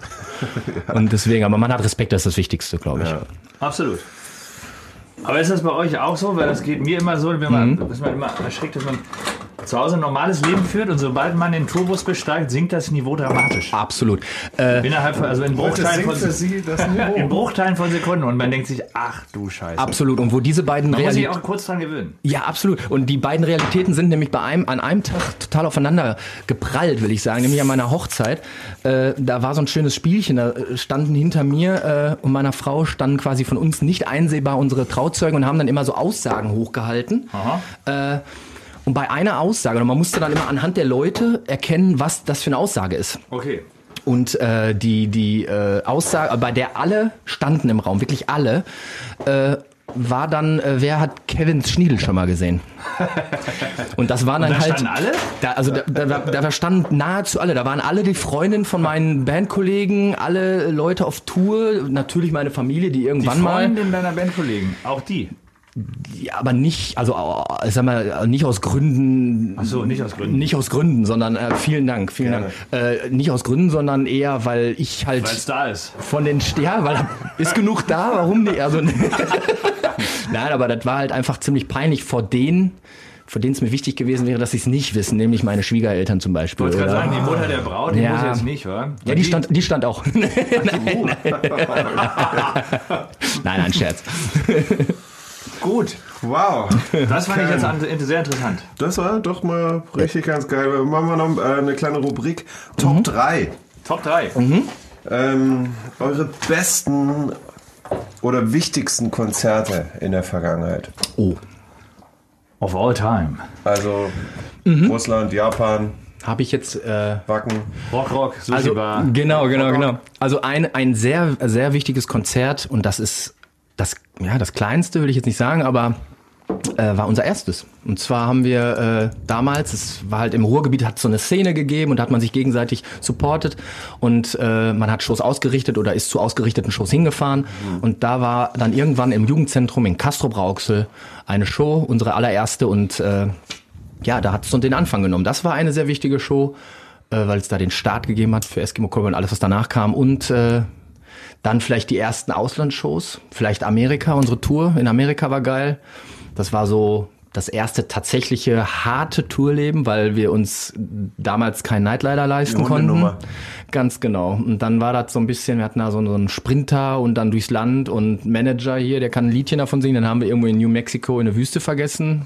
ja. Und deswegen, aber man hat Respekt, das ist das Wichtigste, glaube ich. Ja. Absolut. Aber ist das bei euch auch so? Weil das geht mir immer so, wenn man, mhm. dass man immer erschrickt, dass man zu Hause ein normales Leben führt und sobald man den Tourbus besteigt, sinkt das Niveau dramatisch. Absolut. Äh, Innerhalb von, also in Bruchteilen von, Sie das Niveau. in Bruchteilen von Sekunden und man denkt sich, ach du Scheiße. Absolut. Und wo diese beiden Man muss sich Realitäten... auch kurz dran gewöhnen. Ja, absolut. Und die beiden Realitäten sind nämlich bei einem, an einem Tag total aufeinander geprallt, will ich sagen. Nämlich an meiner Hochzeit. Äh, da war so ein schönes Spielchen. Da standen hinter mir äh, und meiner Frau standen quasi von uns nicht einsehbar unsere Trauzeugen und haben dann immer so Aussagen hochgehalten. Aha. Äh, Und bei einer Aussage, und man musste dann immer anhand der Leute erkennen, was das für eine Aussage ist. Okay. Und äh, die, die äh, Aussage, bei der alle standen im Raum, wirklich alle, äh, war dann, äh, wer hat Kevin Schniedel schon mal gesehen? Und das waren dann und da halt... standen alle? Da, also da, da, da standen nahezu alle. Da waren alle die Freundinnen von meinen Bandkollegen, alle Leute auf Tour, natürlich meine Familie, die irgendwann die mal... Die Freundin deiner Bandkollegen, auch die? Ja, aber nicht, also ich sag mal, nicht aus Gründen. Ach so, nicht aus Gründen. Nicht aus Gründen, sondern äh, vielen Dank, vielen Gerne. Dank. Äh, nicht aus Gründen, sondern eher, weil ich halt Weil es da ist. von den ja, weil ist genug da, warum nicht? Also nein, aber das war halt einfach ziemlich peinlich vor denen, vor denen es mir wichtig gewesen wäre, dass sie es nicht wissen, nämlich meine Schwiegereltern zum Beispiel. Ich wollte gerade oder? sagen, die Mutter der Braut, die Ja. muss jetzt nicht, wa? Ja, die stand, die stand auch. nein, nein. nein, nein, Scherz. Gut. Wow. Das fand ich jetzt an- sehr interessant. Das war doch mal richtig ganz geil. Machen wir noch äh, eine kleine Rubrik. Top drei. Top drei. Ähm, eure besten oder wichtigsten Konzerte in der Vergangenheit. Oh. Of all time. Also Russland, Japan, Habe ich jetzt... Äh, Wacken. Rock, Rock, Sushi Also, Bar. genau, genau, genau. Also ein, ein sehr, sehr wichtiges Konzert und das ist das, ja, das kleinste, will ich jetzt nicht sagen, aber äh, war unser erstes. Und zwar haben wir äh, damals, es war halt im Ruhrgebiet, hat es so eine Szene gegeben und da hat man sich gegenseitig supportet und äh, man hat Shows ausgerichtet oder ist zu ausgerichteten Shows hingefahren. Mhm. Und da war dann irgendwann im Jugendzentrum in Castrop-Rauxel eine Show, unsere allererste und äh, ja, da hat es so den Anfang genommen. Das war eine sehr wichtige Show, äh, weil es da den Start gegeben hat für Eskimo Cowboy und alles, was danach kam. Und äh, dann vielleicht die ersten Auslandsshows, vielleicht Amerika, unsere Tour in Amerika war geil. Das war so das erste tatsächliche harte Tourleben, weil wir uns damals kein Nightliner leisten Die konnten. Hundenummer. Ganz genau. Und dann war das so ein bisschen, wir hatten da so einen Sprinter und dann durchs Land und Manager hier, der kann ein Liedchen davon singen. Dann haben wir irgendwo in New Mexico in der Wüste vergessen.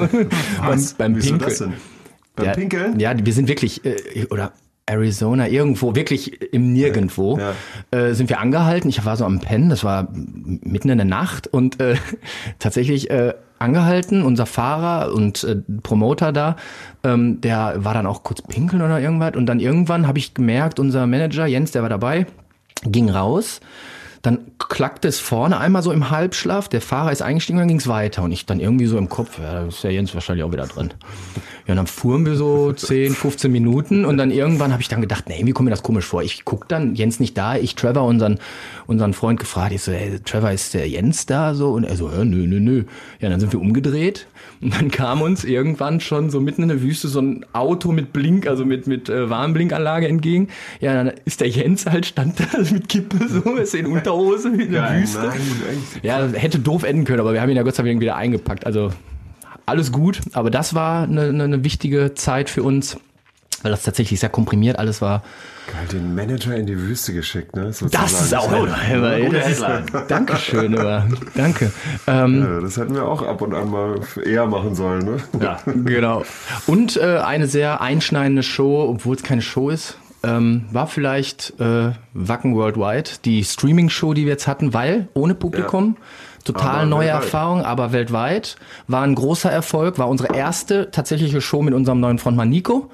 Was? beim beim Wieso Pinkeln. das denn? Beim Ja, Pinkeln? Ja, wir sind wirklich, äh, oder Arizona, irgendwo, wirklich im Nirgendwo, Ja. Äh, sind wir angehalten. Ich war so am Pennen, das war mitten in der Nacht und äh, tatsächlich äh, angehalten. Unser Fahrer und äh, Promoter da, ähm, der war dann auch kurz pinkeln oder irgendwas. Und dann irgendwann habe ich gemerkt, unser Manager Jens, der war dabei, ging raus. Dann klackte es vorne einmal so im Halbschlaf, der Fahrer ist eingestiegen und dann ging es weiter. Und ich dann irgendwie so im Kopf, ja, da ist der Jens wahrscheinlich auch wieder drin. Ja, und dann fuhren wir so zehn, fünfzehn Minuten und dann irgendwann habe ich dann gedacht, nee, irgendwie kommt mir das komisch vor. Ich guck dann, Jens nicht da, ich Trevor, unseren unseren Freund gefragt, ich so, hey, Trevor, ist der Jens da so? Und er so, ja, nö, nö, nö. Ja, dann sind wir umgedreht und dann kam uns irgendwann schon so mitten in der Wüste so ein Auto mit Blink, also mit mit äh, Warnblinkanlage entgegen. Ja, dann ist der Jens halt, stand da mit Kippe so, ist in Unterhose in der Nein, Wüste. nein, echt. Ja, hätte doof enden können, aber wir haben ihn ja Gott sei Dank wieder eingepackt. Also alles gut, aber das war eine, eine, eine wichtige Zeit für uns, weil das tatsächlich sehr komprimiert alles war. Geil, den Manager in die Wüste geschickt, ne? Sozusagen. Das ist auch Gute Headline. Dankeschön, aber danke. Ähm, Ja, das hätten wir auch ab und an mal eher machen sollen, ne? Ja. Genau. Und äh, eine sehr einschneidende Show, obwohl es keine Show ist, ähm, war vielleicht äh, Wacken Worldwide, die Streaming-Show, die wir jetzt hatten, weil ohne Publikum. Ja. Total Aber neue weltweit. Erfahrung, aber weltweit. War ein großer Erfolg, war unsere erste tatsächliche Show mit unserem neuen Frontmann Nico.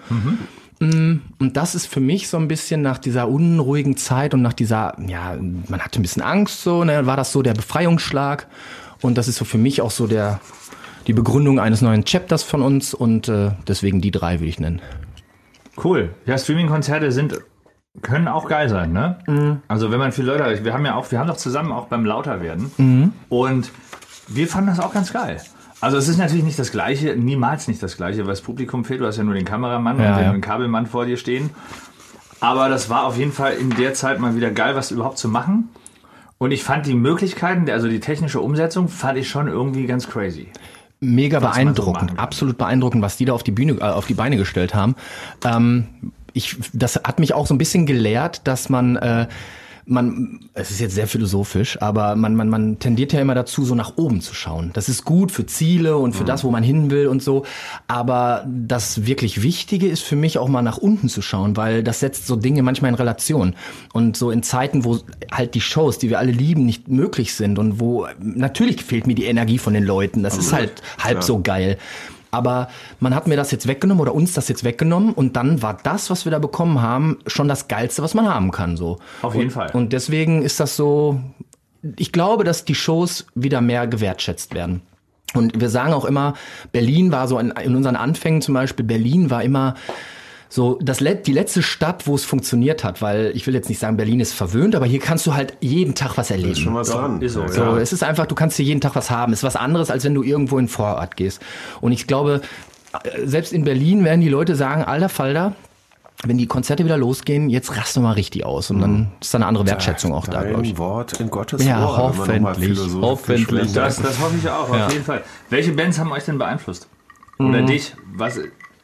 Mhm. Und das ist für mich so ein bisschen nach dieser unruhigen Zeit und nach dieser, ja, man hatte ein bisschen Angst, so, ne, war das so der Befreiungsschlag. Und das ist so für mich auch so der, die Begründung eines neuen Chapters von uns und äh, deswegen die drei würde ich nennen. Cool. Ja, Streaming-Konzerte sind können auch geil sein, ne? Mhm. Also wenn man viele Leute hat, wir haben ja auch, wir haben doch zusammen auch beim Lauterwerden mhm. und wir fanden das auch ganz geil. Also es ist natürlich nicht das Gleiche, niemals nicht das Gleiche, weil das Publikum fehlt, du hast ja nur den Kameramann ja, und den ja. Kabelmann vor dir stehen. Aber das war auf jeden Fall in der Zeit mal wieder geil, was überhaupt zu machen. Und ich fand die Möglichkeiten, also die technische Umsetzung, fand ich schon irgendwie ganz crazy. Mega Was man so beeindruckend, machen kann. absolut beeindruckend, was die da auf die Bühne, äh, auf die Beine gestellt haben. Ähm, ich, das hat mich auch so ein bisschen gelehrt, dass man, äh, man, es ist jetzt sehr philosophisch, aber man, man, man tendiert ja immer dazu, so nach oben zu schauen. Das ist gut für Ziele und für mhm. das, wo man hin will und so. Aber das wirklich Wichtige ist für mich auch mal nach unten zu schauen, weil das setzt so Dinge manchmal in Relation. Und so in Zeiten, wo halt die Shows, die wir alle lieben, nicht möglich sind und wo natürlich fehlt mir die Energie von den Leuten. Das ist halt halb ja. so geil. Aber man hat mir das jetzt weggenommen oder uns das jetzt weggenommen und dann war das, was wir da bekommen haben, schon das Geilste, was man haben kann. So. Auf jeden und, Fall. Und deswegen ist das so, ich glaube, dass die Shows wieder mehr gewertschätzt werden. Und wir sagen auch immer, Berlin war so in, in unseren Anfängen zum Beispiel, Berlin war immer so das die letzte Stadt, wo es funktioniert hat, weil ich will jetzt nicht sagen, Berlin ist verwöhnt, aber hier kannst du halt jeden Tag was erleben. Ist schon was dran. Ist so, So, ja. es ist einfach, du kannst hier jeden Tag was haben. Es ist was anderes, als wenn du irgendwo in den Vorort gehst. Und ich glaube, selbst in Berlin werden die Leute sagen, alter Falter, wenn die Konzerte wieder losgehen, jetzt rast du mal richtig aus. Und dann ist da eine andere Wertschätzung auch da, glaube ich. Ein Wort in Gottes Ja, Ohr, wenn man noch mal hoffentlich. philosophisch Hoffentlich. werden Das, darf. das hoffe ich auch, Ja. auf jeden Fall. Welche Bands haben euch denn beeinflusst? Oder dich? Was?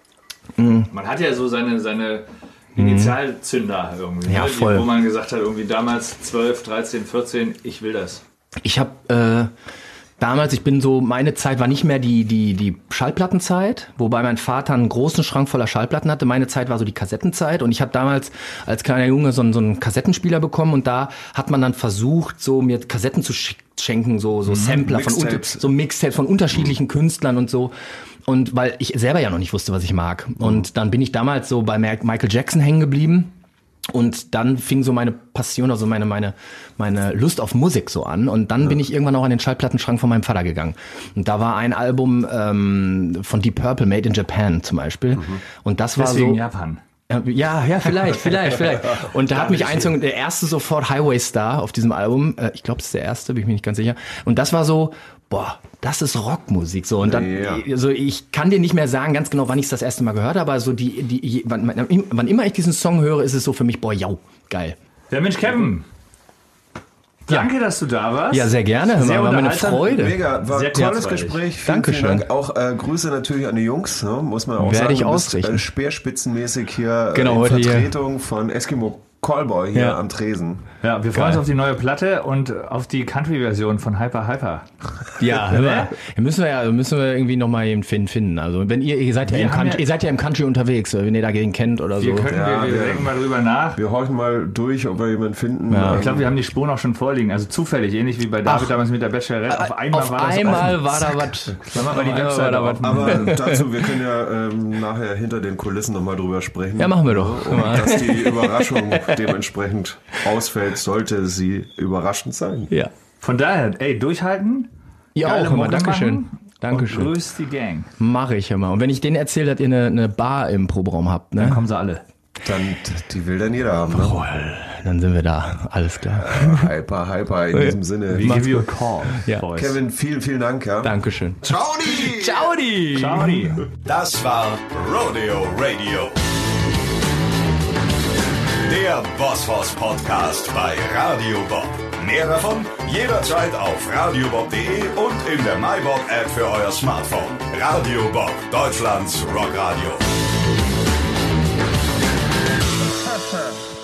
Man hat ja so seine, seine Initialzünder irgendwie, Ja, ne? voll. Die, wo man gesagt hat, irgendwie damals zwölf, dreizehn, vierzehn, ich will das. Ich habe äh, damals, ich bin so, meine Zeit war nicht mehr die die die Schallplattenzeit, wobei mein Vater einen großen Schrank voller Schallplatten hatte. Meine Zeit war so die Kassettenzeit und ich habe damals als kleiner Junge so einen, so einen Kassettenspieler bekommen und da hat man dann versucht, so mir Kassetten zu sch- schenken, so so Sampler von unter, Mixtapes. so Mixtapes von unterschiedlichen Künstlern und so. Und weil ich selber ja noch nicht wusste, was ich mag. Und dann bin ich damals so bei Michael Jackson hängen geblieben. Und dann fing so meine Passion, also meine, meine, meine Lust auf Musik so an. Und dann ja. bin ich irgendwann auch an den Schallplattenschrank von meinem Vater gegangen. Und da war ein Album ähm, von Deep Purple, Made in Japan zum Beispiel. Mhm. Und das war Deswegen so... Japan. Ja, ja, vielleicht, vielleicht, vielleicht. Und da hat mich eins, der erste sofort Highway Star auf diesem Album, äh, ich glaube, das ist der erste, bin ich mir nicht ganz sicher. Und das war so, boah, das ist Rockmusik so. Und dann, Ja. also ich kann dir nicht mehr sagen, ganz genau, wann ich es das erste Mal gehört habe, aber so die, die, wann, wann immer ich diesen Song höre, ist es so für mich, boah, jau, geil. Ja, Mensch, Kevin. Danke, dass du da warst. Ja, sehr gerne. Hör mal, Sehr war mir eine unterhaltsam. Freude. Mega, war Sehr ein tolles kurzweilig. Gespräch. Vielen, Dankeschön. vielen Dank. Auch äh, Grüße natürlich an die Jungs, ne? Muss man auch Werde sagen. ich Du bist, ausrichten. Äh, speerspitzenmäßig hier Genau, äh, in heute hier. Vertretung von Eskimo Callboy hier Ja. am Tresen. Ja, wir freuen Geil. uns auf die neue Platte und auf die Country-Version von Hyper Hyper. Ja, hör mal. Hier müssen wir ja, müssen wir irgendwie noch mal jemanden finden, finden. Also wenn ihr, ihr seid ja, Wir im haben Country, ja- ihr seid ja im Country unterwegs, wenn ihr dagegen kennt oder Wir so. können, Ja, wir, wir wir- denken mal drüber nach. Wir horchen mal durch, ob wir jemanden finden. Ja. Ähm, Ich glaube, wir haben die Spuren auch schon vorliegen. Also zufällig, ähnlich wie bei David Ach. damals mit der Bachelorette. Auf einmal Auf war das einmal offen. war da was. Sollen wir mal die Auf einmal Webseite war da was. aufmachen? Aber dazu, wir können ja ähm, nachher hinter den Kulissen nochmal drüber sprechen. Ja, machen wir doch. Und dass die Überraschung dementsprechend ausfällt, sollte sie überraschend sein. Ja. Von daher, ey, durchhalten. Ihr geile auch immer. Mucke Dankeschön. machen Dankeschön. Und grüß die Gang. Mache ich immer. Und wenn ich denen erzähle, dass ihr eine, eine Bar im Proberaum habt, Dann ne? kommen sie alle. Dann, die will dann jeder haben. Ne? Jawohl, dann sind wir da. Alles klar. Hyper, hyper in diesem Sinne. We give you a call, Ja. boys. Kevin, vielen, vielen Dank. Ja. Dankeschön. Ciao, die! Ciao, die! Ciao. Das war Rodeo Radio. Der Bosshaus Podcast bei Radio Bob. Mehr davon jederzeit auf radiobob punkt de und in der MyBob App für euer Smartphone. Radio Bob, Deutschlands Rockradio.